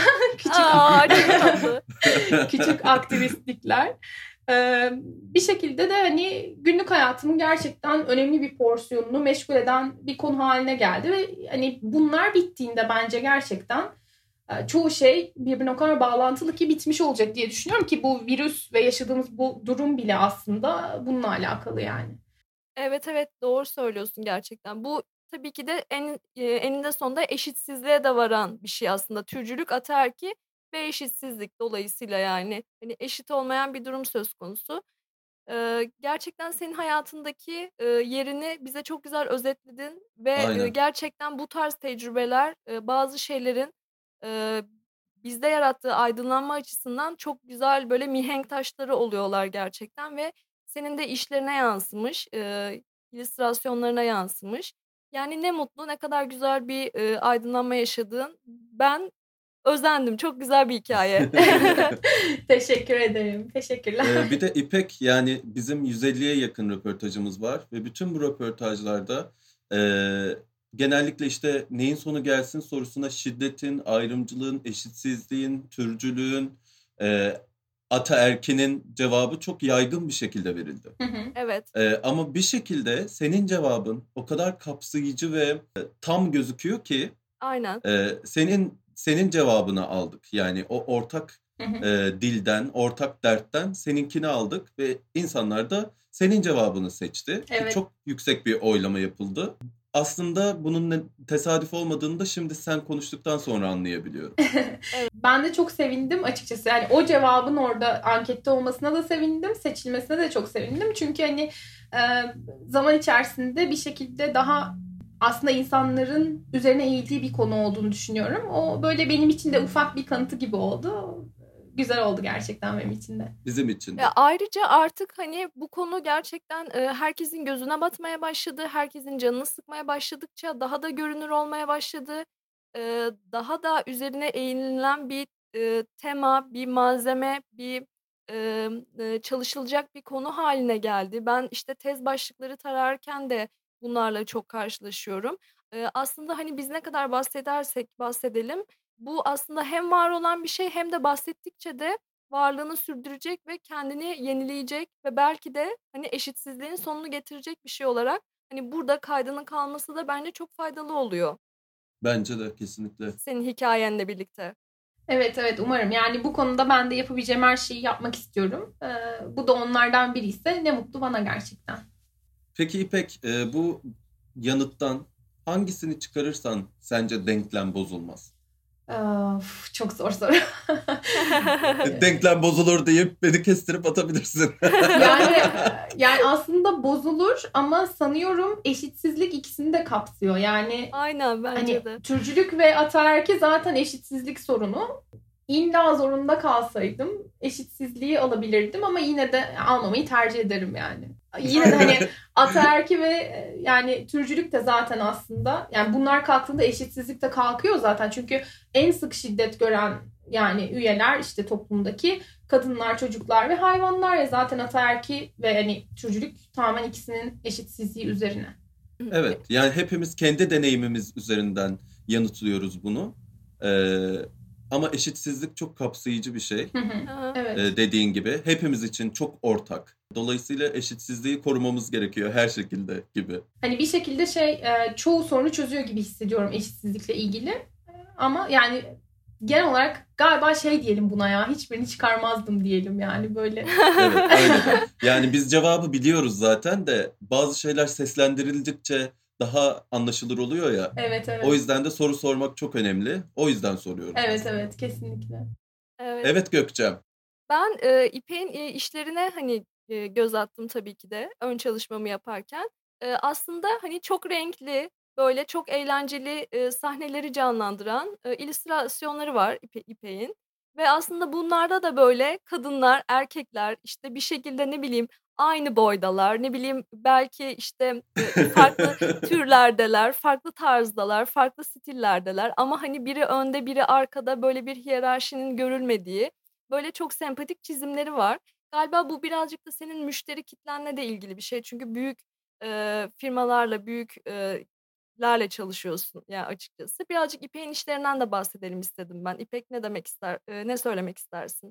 Küçük aktivistlikler. Bir şekilde de hani günlük hayatımın gerçekten önemli bir porsiyonunu meşgul eden bir konu haline geldi ve hani bunlar bittiğinde bence gerçekten çoğu şey birbirine o kadar bağlantılı ki bitmiş olacak diye düşünüyorum ki bu virüs ve yaşadığımız bu durum bile aslında bununla alakalı yani. Evet, doğru söylüyorsun gerçekten. Bu tabii ki de eninde sonunda eşitsizliğe de varan bir şey aslında. Türcülük, ataerki ve eşitsizlik dolayısıyla yani hani eşit olmayan bir durum söz konusu. Gerçekten senin hayatındaki yerini bize çok güzel özetledin ve Aynen. gerçekten bu tarz tecrübeler bazı şeylerin e, bizde yarattığı aydınlanma açısından çok güzel böyle mihenk taşları oluyorlar gerçekten ve senin de işlerine yansımış, illüstrasyonlarına yansımış. Yani ne mutlu, ne kadar güzel bir aydınlanma yaşadığın. Ben özendim. Çok güzel bir hikaye. Teşekkür ederim. Teşekkürler. Bir de İpek, yani bizim 150'ye yakın röportajımız var ve bütün bu röportajlarda genellikle işte neyin sonu gelsin sorusuna şiddetin, ayrımcılığın, eşitsizliğin, türcülüğün, ataerkinin cevabı çok yaygın bir şekilde verildi. Evet. Ama bir şekilde senin cevabın o kadar kapsayıcı ve tam gözüküyor ki Aynen. senin cevabını aldık. Yani o ortak dilden, ortak dertten seninkini aldık ve insanlar da senin cevabını seçti. Evet. Çok yüksek bir oylama yapıldı. Aslında bunun tesadüf olmadığını da şimdi sen konuştuktan sonra anlayabiliyorum. Ben de çok sevindim açıkçası. Yani o cevabın orada ankette olmasına da sevindim. Seçilmesine de çok sevindim. Çünkü hani zaman içerisinde bir şekilde daha aslında insanların üzerine eğildiği bir konu olduğunu düşünüyorum. O böyle benim için de ufak bir kanıtı gibi oldu. Güzel oldu gerçekten benim için de. Bizim için de. Ayrıca artık hani bu konu gerçekten herkesin gözüne batmaya başladı. Herkesin canını sıkmaya başladıkça daha da görünür olmaya başladı. Daha da üzerine eğinilen bir tema, bir malzeme, bir çalışılacak bir konu haline geldi. Ben işte tez başlıkları tararken de bunlarla çok karşılaşıyorum. Aslında hani biz ne kadar bahsedersek bahsedelim, bu aslında hem var olan bir şey hem de bahsettikçe de varlığını sürdürecek ve kendini yenileyecek ve belki de hani eşitsizliğin sonunu getirecek bir şey olarak hani burada kaydının kalması da bence çok faydalı oluyor. Bence de kesinlikle. Senin hikayenle birlikte. Evet umarım. Yani bu konuda ben de yapabileceğim her şeyi yapmak istiyorum. Bu da onlardan biri ise ne mutlu bana gerçekten. Peki İpek, bu yanıttan hangisini çıkarırsan sence denklem bozulmaz? Çok zor soru. Denklem bozulur deyip beni kestirip atabilirsin. yani aslında bozulur ama sanıyorum eşitsizlik ikisini de kapsıyor. Yani aynen bence de. Türcülük ve ataerki zaten eşitsizlik sorunu. İlla zorunda kalsaydım eşitsizliği alabilirdim ama yine de almamayı tercih ederim yani. Yine de hani ataerki ve yani türcülük de zaten aslında yani bunlar kalktığında eşitsizlik de kalkıyor zaten. Çünkü en sık şiddet gören yani üyeler işte toplumdaki kadınlar, çocuklar ve hayvanlar ya zaten ataerki ve hani türcülük tamamen ikisinin eşitsizliği üzerine. Evet, yani hepimiz kendi deneyimimiz üzerinden yanıtlıyoruz bunu. Ama eşitsizlik çok kapsayıcı bir şey. Evet. Dediğin gibi hepimiz için çok ortak. Dolayısıyla eşitsizliği korumamız gerekiyor her şekilde gibi. Hani bir şekilde çoğu sorunu çözüyor gibi hissediyorum eşitsizlikle ilgili. Ama yani genel olarak galiba diyelim buna ya. Hiçbirini çıkarmazdım diyelim yani böyle. Evet, öyle. Yani biz cevabı biliyoruz zaten de bazı şeyler seslendirildikçe daha anlaşılır oluyor ya. Evet. O yüzden de soru sormak çok önemli. O yüzden soruyorum. Evet kesinlikle. Evet Gökçem. Ben İpek'in işlerine hani göz attım tabii ki de ön çalışmamı yaparken. Aslında hani çok renkli, böyle çok eğlenceli sahneleri canlandıran illüstrasyonları var İpek'in. Ve aslında bunlarda da böyle kadınlar, erkekler işte bir şekilde ne bileyim aynı boydalar, ne bileyim belki işte farklı türlerdeler, farklı tarzdalar, farklı stillerdeler. Ama hani biri önde, biri arkada böyle bir hiyerarşinin görülmediği böyle çok sempatik çizimleri var. Galiba bu birazcık da senin müşteri kitlenle de ilgili bir şey. Çünkü büyük firmalarla, büyük lerle çalışıyorsun yani açıkçası. Birazcık İpek'in işlerinden de bahsedelim istedim ben. İpek ne demek ister, ne söylemek istersin?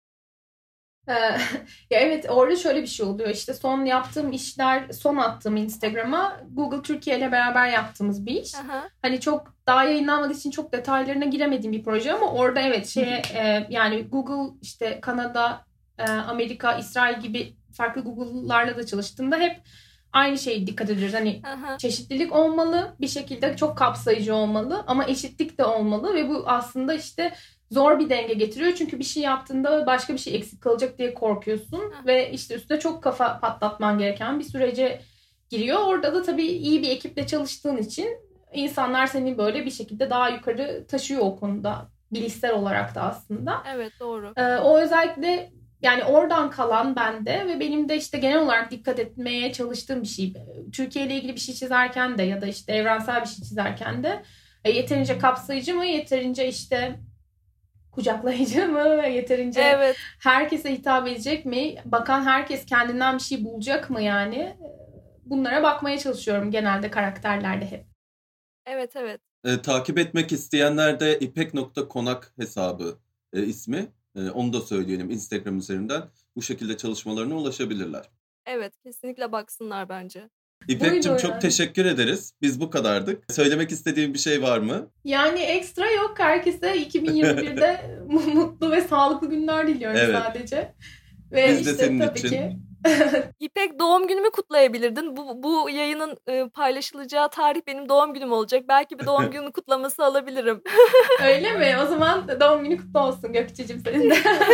Ya evet orada şöyle bir şey oluyor işte son yaptığım işler son attığım Instagram'a Google Türkiye ile beraber yaptığımız bir iş. Hani çok daha yayınlanmadığı için çok detaylarına giremediğim bir proje ama orada evet yani Google işte Kanada, Amerika, İsrail gibi farklı Google'larla da çalıştığımda hep aynı şeye dikkat ediyoruz. Hani çeşitlilik olmalı, bir şekilde çok kapsayıcı olmalı ama eşitlik de olmalı ve bu aslında işte zor bir denge getiriyor. Çünkü bir şey yaptığında başka bir şey eksik kalacak diye korkuyorsun ve işte üstüne çok kafa patlatman gereken bir sürece giriyor. Orada da tabii iyi bir ekiple çalıştığın için insanlar seni böyle bir şekilde daha yukarı taşıyor o konuda. Bilişsel olarak da aslında. Evet, doğru. O özellikle yani oradan kalan bende ve benim de işte genel olarak dikkat etmeye çalıştığım bir şey. Türkiye ile ilgili bir şey çizerken de ya da işte evrensel bir şey çizerken de yeterince kapsayıcı mı, yeterince işte kucaklayıcı mı, yeterince herkese hitap edecek mi, bakan herkes kendinden bir şey bulacak mı yani? Bunlara bakmaya çalışıyorum genelde karakterlerde hep. Evet. Takip etmek isteyenler de ipek.konak hesabı ismi. Onu da söyleyelim, Instagram üzerinden bu şekilde çalışmalarına ulaşabilirler. Evet, kesinlikle baksınlar bence. İpek'cim çok teşekkür ederiz. Biz bu kadardık. Söylemek istediğin bir şey var mı? Yani ekstra yok. Herkese 2021'de mutlu ve sağlıklı günler diliyorum sadece. Ve biz de senin tabii için. Ki... İpek, doğum günümü kutlayabilirdin. Bu yayının paylaşılacağı tarih benim doğum günüm olacak. Belki bir doğum günü kutlaması alabilirim. Öyle mi? O zaman doğum günü kutlu olsun Gökçe'cim senin de.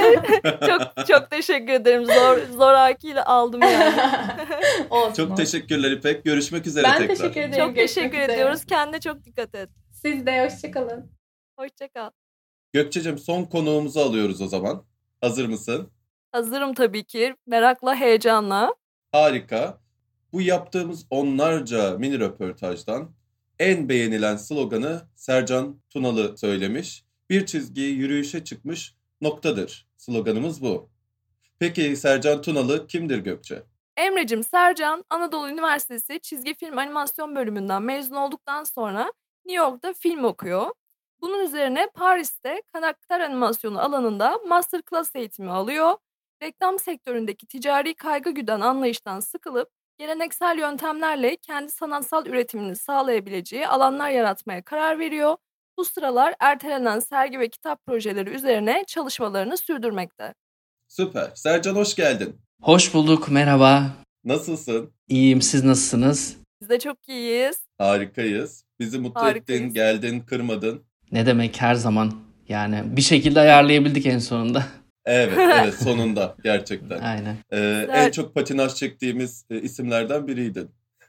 çok teşekkür ederim. Zorakiyle aldım yani. Çok teşekkürler İpek. Görüşmek üzere tekrar. Ben teşekkür ederim. Çok teşekkür ediyoruz. Kendine çok dikkat et. Siz de hoşçakalın. Hoşçakal. Gökçe'cim son konuğumuzu alıyoruz o zaman. Hazır mısın? Hazırım tabii ki. Merakla, heyecanla. Harika. Bu yaptığımız onlarca mini röportajdan en beğenilen sloganı Sercan Tunalı söylemiş. Bir çizgi yürüyüşe çıkmış noktadır. Sloganımız bu. Peki Sercan Tunalı kimdir Gökçe? Emre'cim, Sercan Anadolu Üniversitesi Çizgi Film Animasyon bölümünden mezun olduktan sonra New York'ta film okuyor. Bunun üzerine Paris'te karakter animasyonu alanında masterclass eğitimi alıyor. Reklam sektöründeki ticari kaygı güden anlayıştan sıkılıp geleneksel yöntemlerle kendi sanatsal üretimini sağlayabileceği alanlar yaratmaya karar veriyor. Bu sıralar ertelenen sergi ve kitap projeleri üzerine çalışmalarını sürdürmekte. Süper. Sercan hoş geldin. Hoş bulduk, merhaba. Nasılsın? İyiyim, siz nasılsınız? Biz de çok iyiyiz. Harikayız. Bizi mutlu ettin, geldin, kırmadın. Ne demek, her zaman. Yani bir şekilde ayarlayabildik en sonunda. Evet sonunda gerçekten. Aynen. En çok patinaj çektiğimiz isimlerden biriydin.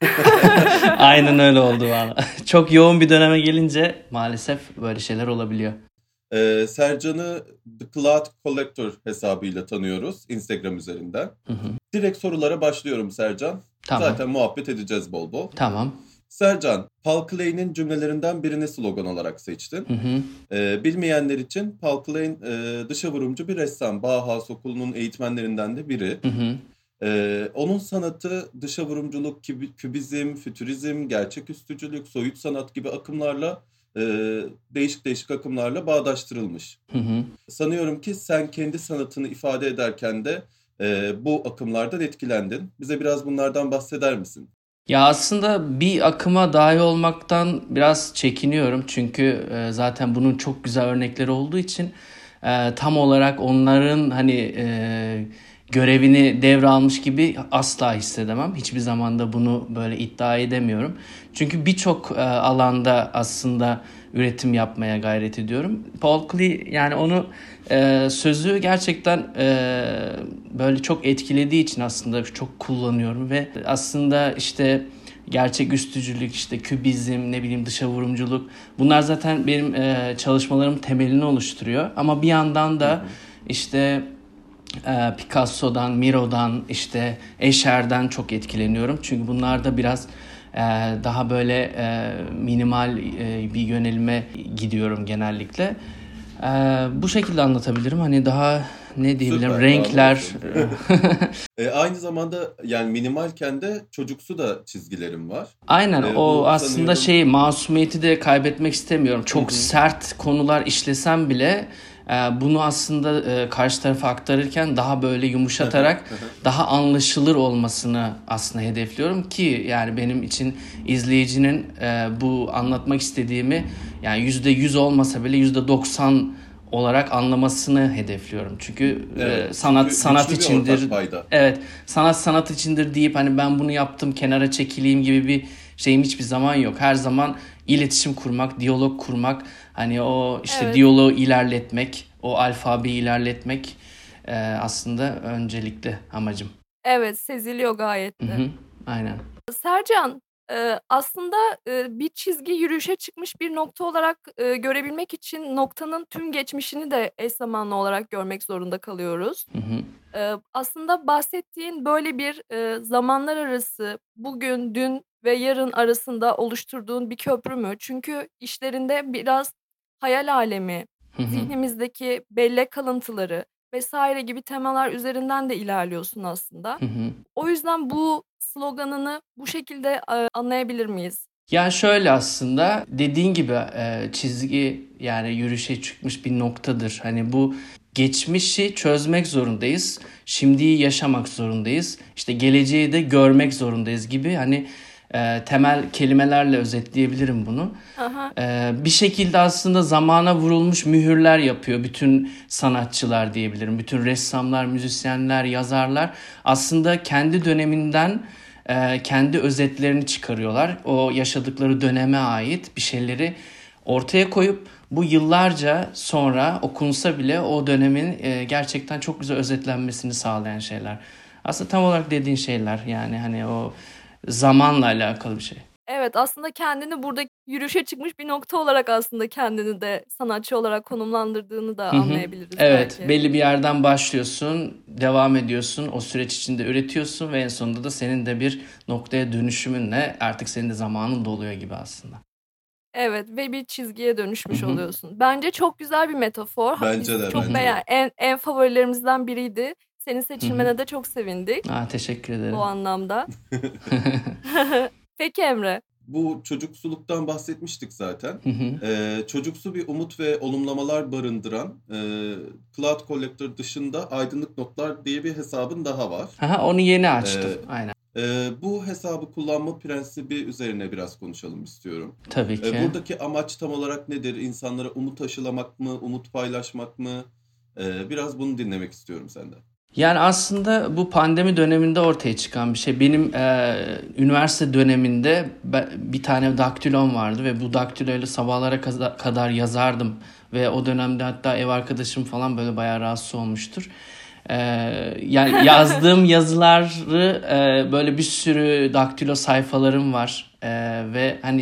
Aynen öyle oldu valla. Çok yoğun bir döneme gelince maalesef böyle şeyler olabiliyor. Sercan'ı The Cloud Collector hesabıyla tanıyoruz Instagram üzerinden. Direkt sorulara başlıyorum Sercan. Tamam. Zaten muhabbet edeceğiz bol bol. Tamam. Sercan, Paul Kleyn'in cümlelerinden birini slogan olarak seçtin. Bilmeyenler için Paul Kleyn dışa vurumcu bir ressam. Bauhaus Okulu'nun eğitmenlerinden de biri. Onun sanatı dışa vurumculuk, kübizm, fütürizm, gerçeküstücülük, soyut sanat gibi akımlarla değişik akımlarla bağdaştırılmış. Sanıyorum ki sen kendi sanatını ifade ederken de bu akımlardan etkilendin. Bize biraz bunlardan bahseder misin? Ya aslında bir akıma dahil olmaktan biraz çekiniyorum. Çünkü zaten bunun çok güzel örnekleri olduğu için tam olarak onların hani görevini devralmış gibi asla hissedemem. Hiçbir zaman da bunu böyle iddia edemiyorum. Çünkü birçok alanda aslında üretim yapmaya gayret ediyorum. Paul Klee, yani onu sözü gerçekten böyle çok etkilediği için aslında çok kullanıyorum ve aslında işte gerçeküstücülük, işte kübizm, ne bileyim dışa vurumculuk, bunlar zaten benim çalışmalarımın temelini oluşturuyor. Ama bir yandan da işte Picasso'dan, Miro'dan, işte Escher'den çok etkileniyorum. Çünkü bunlar da biraz daha böyle minimal bir yönelime gidiyorum genellikle. Bu şekilde anlatabilirim. Hani daha ne diyebilirim? Süper, renkler. Aynı zamanda yani minimalken de çocuksu da çizgilerim var. Aynen, o aslında sanıyorum... masumiyeti de kaybetmek istemiyorum. Çok sert konular işlesem bile bunu aslında karşı tarafa aktarırken daha böyle yumuşatarak daha anlaşılır olmasını aslında hedefliyorum ki yani benim için izleyicinin bu anlatmak istediğimi yani %100 olmasa bile %90 olarak anlamasını hedefliyorum. Çünkü Evet, sanat çünkü sanat güçlü bir içindir. ortak payda. Evet, sanat içindir deyip hani ben bunu yaptım kenara çekileyim gibi bir şeyim hiçbir zaman yok. Her zaman iletişim kurmak, diyalog kurmak, hani o işte Evet. diyaloğu ilerletmek, o alfabeyi ilerletmek aslında öncelikli amacım. Evet, seziliyor gayet Hı de. hı, aynen. Sercan, aslında bir çizgi yürüyüşe çıkmış bir nokta olarak görebilmek için noktanın tüm geçmişini de eş zamanlı olarak görmek zorunda kalıyoruz. Hı hı. Aslında bahsettiğin böyle bir zamanlar arası, bugün, dün ve yarın arasında oluşturduğun bir köprü mü? Çünkü işlerinde biraz hayal alemi, Hı hı. zihnimizdeki bellek kalıntıları vesaire gibi temalar üzerinden de ilerliyorsun aslında. Hı hı. O yüzden bu sloganını bu şekilde anlayabilir miyiz? Ya şöyle aslında dediğin gibi çizgi yani yürüyüşe çıkmış bir noktadır. Hani bu geçmişi çözmek zorundayız. Şimdiyi yaşamak zorundayız. İşte geleceği de görmek zorundayız gibi hani temel kelimelerle özetleyebilirim bunu. Aha. Bir şekilde aslında zamana vurulmuş mühürler yapıyor bütün sanatçılar diyebilirim. Bütün ressamlar, müzisyenler, yazarlar aslında kendi döneminden kendi özetlerini çıkarıyorlar. O yaşadıkları döneme ait bir şeyleri ortaya koyup bu yıllarca sonra okunsa bile o dönemin gerçekten çok güzel özetlenmesini sağlayan şeyler. Aslında tam olarak dediğin şeyler yani hani o zamanla alakalı bir şey. Evet, aslında kendini burada yürüyüşe çıkmış bir nokta olarak aslında kendini de sanatçı olarak konumlandırdığını da Hı hı. anlayabiliriz Evet, belki. belli bir yerden başlıyorsun, devam ediyorsun, o süreç içinde üretiyorsun ve en sonunda da senin de bir noktaya dönüşümünle artık senin de zamanın doluyor gibi aslında. Evet ve bir çizgiye dönüşmüş Hı hı. oluyorsun. Bence çok güzel bir metafor. Bence Biz de, çok bence de. en favorilerimizden biriydi. Senin Hı hı. seçilmene de çok sevindik Teşekkür o ederim. anlamda. Peki Emre. Bu çocuksuluktan bahsetmiştik zaten. Hı hı. Çocuksu bir umut ve olumlamalar barındıran Cloud Collector dışında Aydınlık Notlar diye bir hesabın daha var. Aha, onu yeni açtım. Ee, Aynen. Bu hesabı kullanma prensibi üzerine biraz konuşalım istiyorum. Tabii ki. Buradaki amaç tam olarak nedir? İnsanlara umut aşılamak mı, umut paylaşmak mı? Biraz bunu dinlemek istiyorum senden. Yani aslında bu pandemi döneminde ortaya çıkan bir şey. Benim üniversite döneminde bir tane daktilom vardı ve bu daktiloyla sabahlara kadar yazardım. Ve o dönemde hatta ev arkadaşım falan böyle bayağı rahatsız olmuştur. Yani yazdığım yazıları böyle bir sürü daktilo sayfalarım var. Ve hani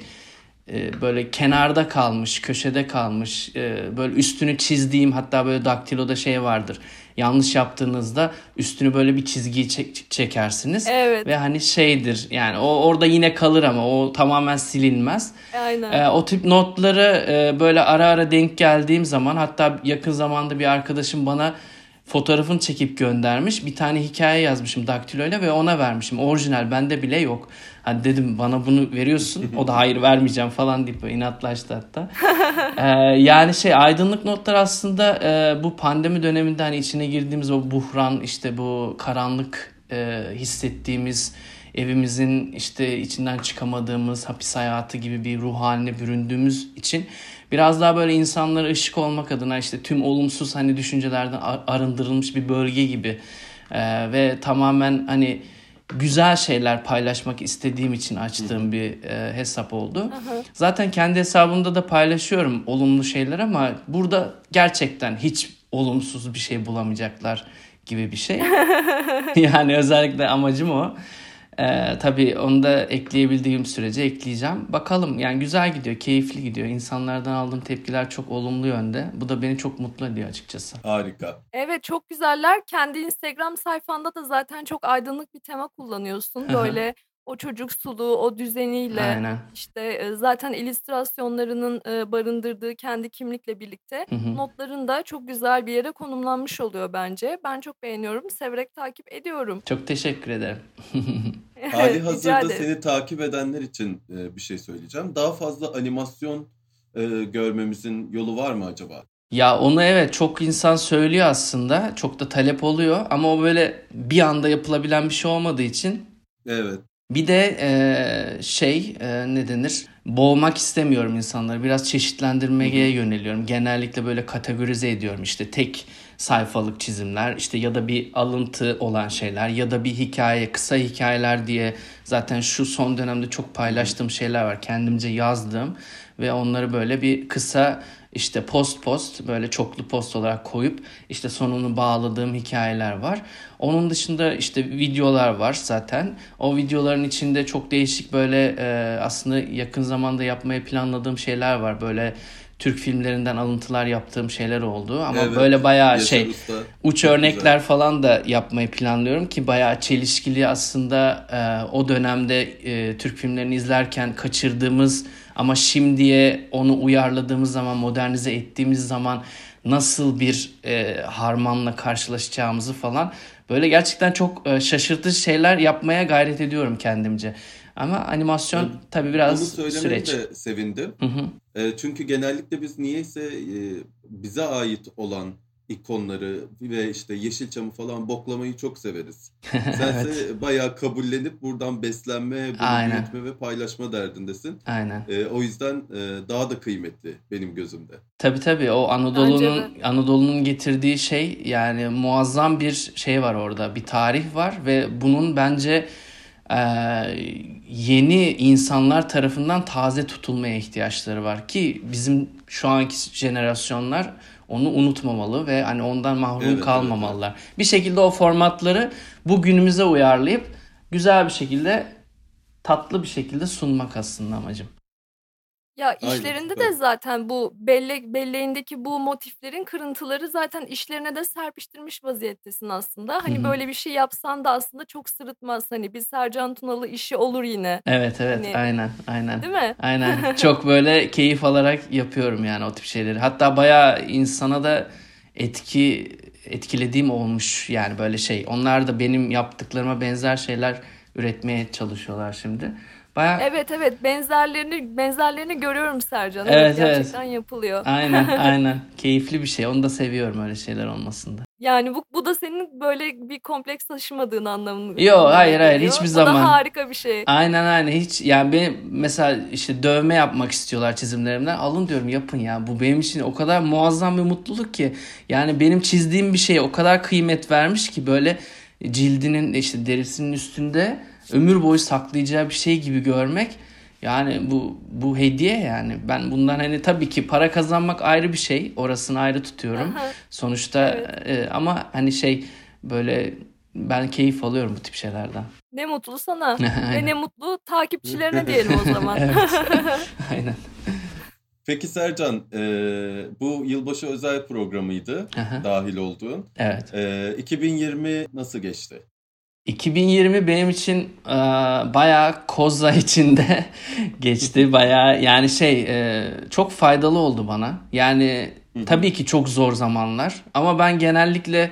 böyle kenarda kalmış, köşede kalmış, böyle üstünü çizdiğim hatta böyle daktiloda şey vardır. Yanlış yaptığınızda üstünü böyle bir çizgiyi çekersiniz. Evet. Ve hani şeydir yani o orada yine kalır ama o tamamen silinmez. Aynen. O tip notları böyle ara ara denk geldiğim zaman hatta yakın zamanda bir arkadaşım bana fotoğrafını çekip göndermiş. Bir tane hikaye yazmışım daktiloyla ve ona vermişim. Orijinal bende bile yok. Hani dedim bana bunu veriyorsun. O da hayır vermeyeceğim falan deyip inatlaştı hatta. Yani aydınlık notlar aslında bu pandemi döneminde hani içine girdiğimiz o buhran işte bu karanlık hissettiğimiz evimizin işte içinden çıkamadığımız hapis hayatı gibi bir ruh haline büründüğümüz için biraz daha böyle insanlara ışık olmak adına işte tüm olumsuz hani düşüncelerden arındırılmış bir bölge gibi ve tamamen hani güzel şeyler paylaşmak istediğim için açtığım bir hesap oldu. Aha. Zaten kendi hesabımda da paylaşıyorum olumlu şeyler ama burada gerçekten hiç olumsuz bir şey bulamayacaklar gibi bir şey. Yani özellikle amacım o. Tabii onu da ekleyebildiğim sürece ekleyeceğim. Bakalım yani güzel gidiyor, keyifli gidiyor. İnsanlardan aldığım tepkiler çok olumlu yönde. Bu da beni çok mutlu ediyor açıkçası. Harika. Evet, çok güzeller. Kendi Instagram sayfanda da zaten çok aydınlık bir tema kullanıyorsun. Böyle o çocuksuluğu, o düzeniyle Aynen. işte zaten illüstrasyonlarının barındırdığı kendi kimlikle birlikte Hı hı. notların da çok güzel bir yere konumlanmış oluyor bence. Ben çok beğeniyorum. Severek takip ediyorum. Çok teşekkür ederim. Hali Rica hazırda ederim. seni takip edenler için bir şey söyleyeceğim. Daha fazla animasyon görmemizin yolu var mı acaba? Ya onu evet çok insan söylüyor aslında. Çok da talep oluyor ama o böyle bir anda yapılabilen bir şey olmadığı için Evet. Bir de ne denir? Boğmak istemiyorum insanları. Biraz çeşitlendirmeye yöneliyorum. Genellikle böyle kategorize ediyorum. İşte tek sayfalık çizimler, işte ya da bir alıntı olan şeyler ya da bir hikaye, kısa hikayeler diye zaten şu son dönemde çok paylaştığım şeyler var. Kendimce yazdığım ve onları böyle bir kısa işte post böyle çoklu post olarak koyup işte sonunu bağladığım hikayeler var. Onun dışında işte videolar var zaten. O videoların içinde çok değişik böyle aslında yakın zamanda yapmayı planladığım şeyler var. Böyle Türk filmlerinden alıntılar yaptığım şeyler oldu. Ama Evet, böyle bayağı Yaşar Usta. uç Çok örnekler güzel. falan da yapmayı planlıyorum ki bayağı çelişkili aslında o dönemde Türk filmlerini izlerken kaçırdığımız ama şimdiye onu uyarladığımız zaman, modernize ettiğimiz zaman nasıl bir harmanla karşılaşacağımızı falan böyle gerçekten çok şaşırtıcı şeyler yapmaya gayret ediyorum kendimce. Ama animasyon tabii Bunu biraz söylemeni süreç. de sevindim. Hı hı. Çünkü genellikle biz niyeyse bize ait olan ikonları ve işte Yeşilçam'ı falan boklamayı çok severiz. Sense Evet. bayağı kabullenip buradan beslenme, bunu Aynen. büyütme ve paylaşma derdindesin. Aynen. O yüzden daha da kıymetli benim gözümde. Tabii o Bence de. Anadolu'nun getirdiği şey, yani muazzam bir şey var orada. Bir tarih var ve bunun bence yeni insanlar tarafından taze tutulmaya ihtiyaçları var ki bizim şu anki jenerasyonlar onu unutmamalı ve hani ondan mahrum Evet. kalmamalılar. Bir şekilde o formatları bugünümüze uyarlayıp güzel bir şekilde, tatlı bir şekilde sunmak aslında amacım. Ya Aynen, işlerinde süper. de zaten bu belleğindeki bu motiflerin kırıntıları zaten işlerine de serpiştirmiş vaziyettesin aslında. Hani böyle bir şey yapsan da aslında çok sırıtmaz. Hani bir Sercan Tunalı işi olur yine. Evet, Hani aynen. değil mi? Aynen. Çok böyle keyif alarak yapıyorum yani o tip şeyleri. Hatta bayağı insana da etkilediğim olmuş yani böyle şey. Onlar da benim yaptıklarıma benzer şeyler üretmeye çalışıyorlar şimdi. Bayağı Evet benzerlerini görüyorum Sercan. evet, Evet evet. gerçekten yapılıyor. Aynen. Keyifli bir şey. Onu da seviyorum öyle şeyler olmasında. Yani bu da senin böyle bir kompleks taşımadığın anlamına Yo, hayır geliyor. hiçbir Bu zaman. da harika bir şey. Aynen hiç yani benim mesela işte dövme yapmak istiyorlar çizimlerimden, alın diyorum yapın ya, bu benim için o kadar muazzam bir mutluluk ki yani benim çizdiğim bir şeye o kadar kıymet vermiş ki böyle cildinin işte derisinin üstünde ömür boyu saklayacağı bir şey gibi görmek, yani bu hediye. Yani ben bundan hani tabii ki para kazanmak ayrı bir şey, orasını ayrı tutuyorum Aha, sonuçta evet. ama hani böyle ben keyif alıyorum bu tip şeylerden. Ne mutlu sana ve Aynen. ne mutlu takipçilerine diyelim o zaman. Evet. Aynen. Peki Sercan, bu yılbaşı özel programıydı Aha. dahil olduğun. Evet. 2020 nasıl geçti? 2020 benim için bayağı koza içinde geçti. Bayağı yani çok faydalı oldu bana. Yani tabii ki çok zor zamanlar ama ben genellikle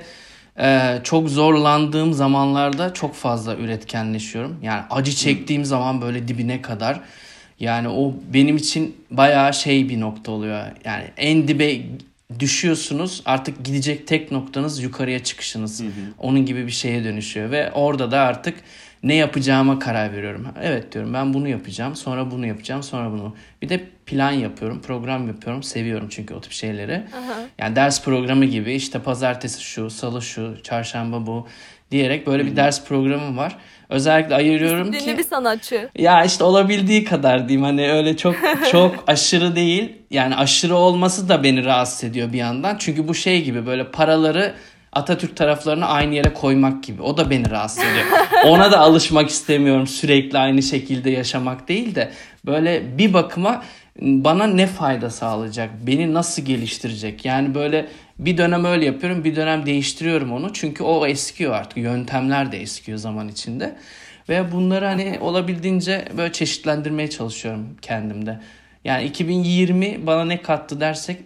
çok zorlandığım zamanlarda çok fazla üretkenleşiyorum. Yani acı çektiğim zaman böyle dibine kadar. Yani o benim için bayağı bir nokta oluyor. Yani en dibe düşüyorsunuz, artık gidecek tek noktanız yukarıya çıkışınız. Onun gibi bir şeye dönüşüyor ve orada da artık ne yapacağıma karar veriyorum. Evet diyorum, ben bunu yapacağım, sonra bunu yapacağım, sonra bunu. Bir de plan yapıyorum, program yapıyorum. Seviyorum çünkü o tip şeyleri. Aha. Yani ders programı gibi, işte pazartesi şu, salı şu, çarşamba bu diyerek böyle bir ders programım var. Özellikle ayırıyorum Disiplinli ki bir sanatçı. ya işte olabildiği kadar diyeyim, hani öyle çok aşırı değil. Yani aşırı olması da beni rahatsız ediyor bir yandan. Çünkü bu gibi böyle paraları Atatürk taraflarına aynı yere koymak gibi. O da beni rahatsız ediyor. Ona da alışmak istemiyorum, sürekli aynı şekilde yaşamak değil de böyle bir bakıma bana ne fayda sağlayacak, beni nasıl geliştirecek. Yani böyle bir dönem öyle yapıyorum, bir dönem değiştiriyorum onu. Çünkü o eskiyor artık, yöntemler de eskiyor zaman içinde. Ve bunları hani olabildiğince böyle çeşitlendirmeye çalışıyorum kendimde. Yani 2020 bana ne kattı dersek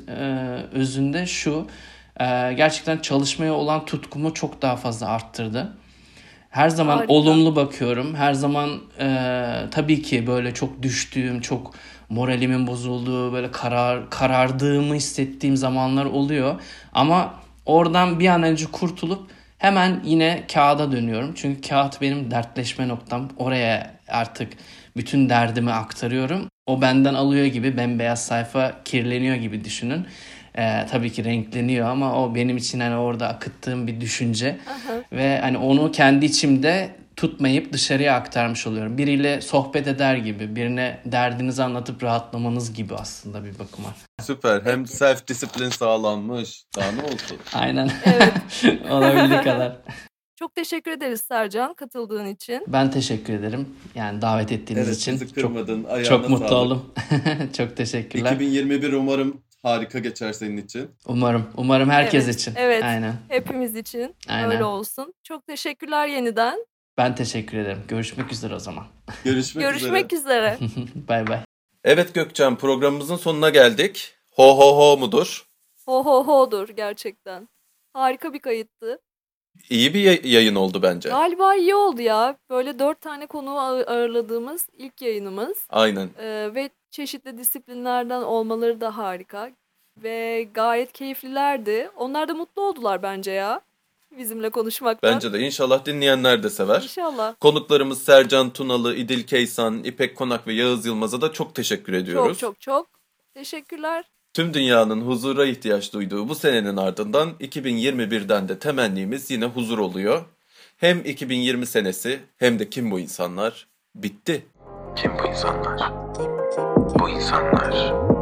özünde şu: gerçekten çalışmaya olan tutkumu çok daha fazla arttırdı. Her zaman Harika. olumlu bakıyorum. Her zaman tabii ki böyle çok düştüğüm, çok moralimin bozulduğu, böyle karardığımı hissettiğim zamanlar oluyor. Ama oradan bir an önce kurtulup hemen yine kağıda dönüyorum. Çünkü kağıt benim dertleşme noktam. Oraya artık bütün derdimi aktarıyorum. O benden alıyor gibi, bembeyaz sayfa kirleniyor gibi düşünün. Tabii ki renkleniyor ama o benim için hani orada akıttığım bir düşünce. Ve hani onu kendi içimde tutmayıp dışarıya aktarmış oluyorum. Biriyle sohbet eder gibi, birine derdinizi anlatıp rahatlamanız gibi aslında bir bakıma. Süper. Hem self disiplin sağlanmış. Daha ne olsun? Aynen. Evet. Olabildiği kadar. Çok teşekkür ederiz Sercan katıldığın için. Ben teşekkür ederim. Yani davet ettiğiniz Evet, için. bizi kırmadın. Ayağına Çok mutlu sağlık. oldum. Çok teşekkürler. 2021 umarım harika geçer senin için. Umarım herkes Evet, için. evet. Aynen. Hepimiz için Aynen. öyle olsun. Çok teşekkürler yeniden. Ben teşekkür ederim. Görüşmek üzere o zaman. Görüşmek üzere. Bay bay. Evet Gökçen, programımızın sonuna geldik. Ho ho ho mudur? Ho ho ho'dur gerçekten. Harika bir kayıttı. İyi bir yayın oldu bence. Galiba iyi oldu ya. Böyle 4 tane konuğu ağırladığımız ilk yayınımız. Aynen. Ve çeşitli disiplinlerden olmaları da harika. Ve gayet keyiflilerdi. Onlar da mutlu oldular bence ya. Bizimle konuşmaktan. Bence de. İnşallah dinleyenler de sever. İnşallah. Konuklarımız Sercan Tunalı, İdil Keysan, İpek Konak ve Yağız Yılmaz'a da çok teşekkür ediyoruz. Çok teşekkürler. Tüm dünyanın huzura ihtiyaç duyduğu bu senenin ardından 2021'den de temennimiz yine huzur oluyor. Hem 2020 senesi hem de Kim Bu İnsanlar bitti. Kim bu insanlar? Bu insanlar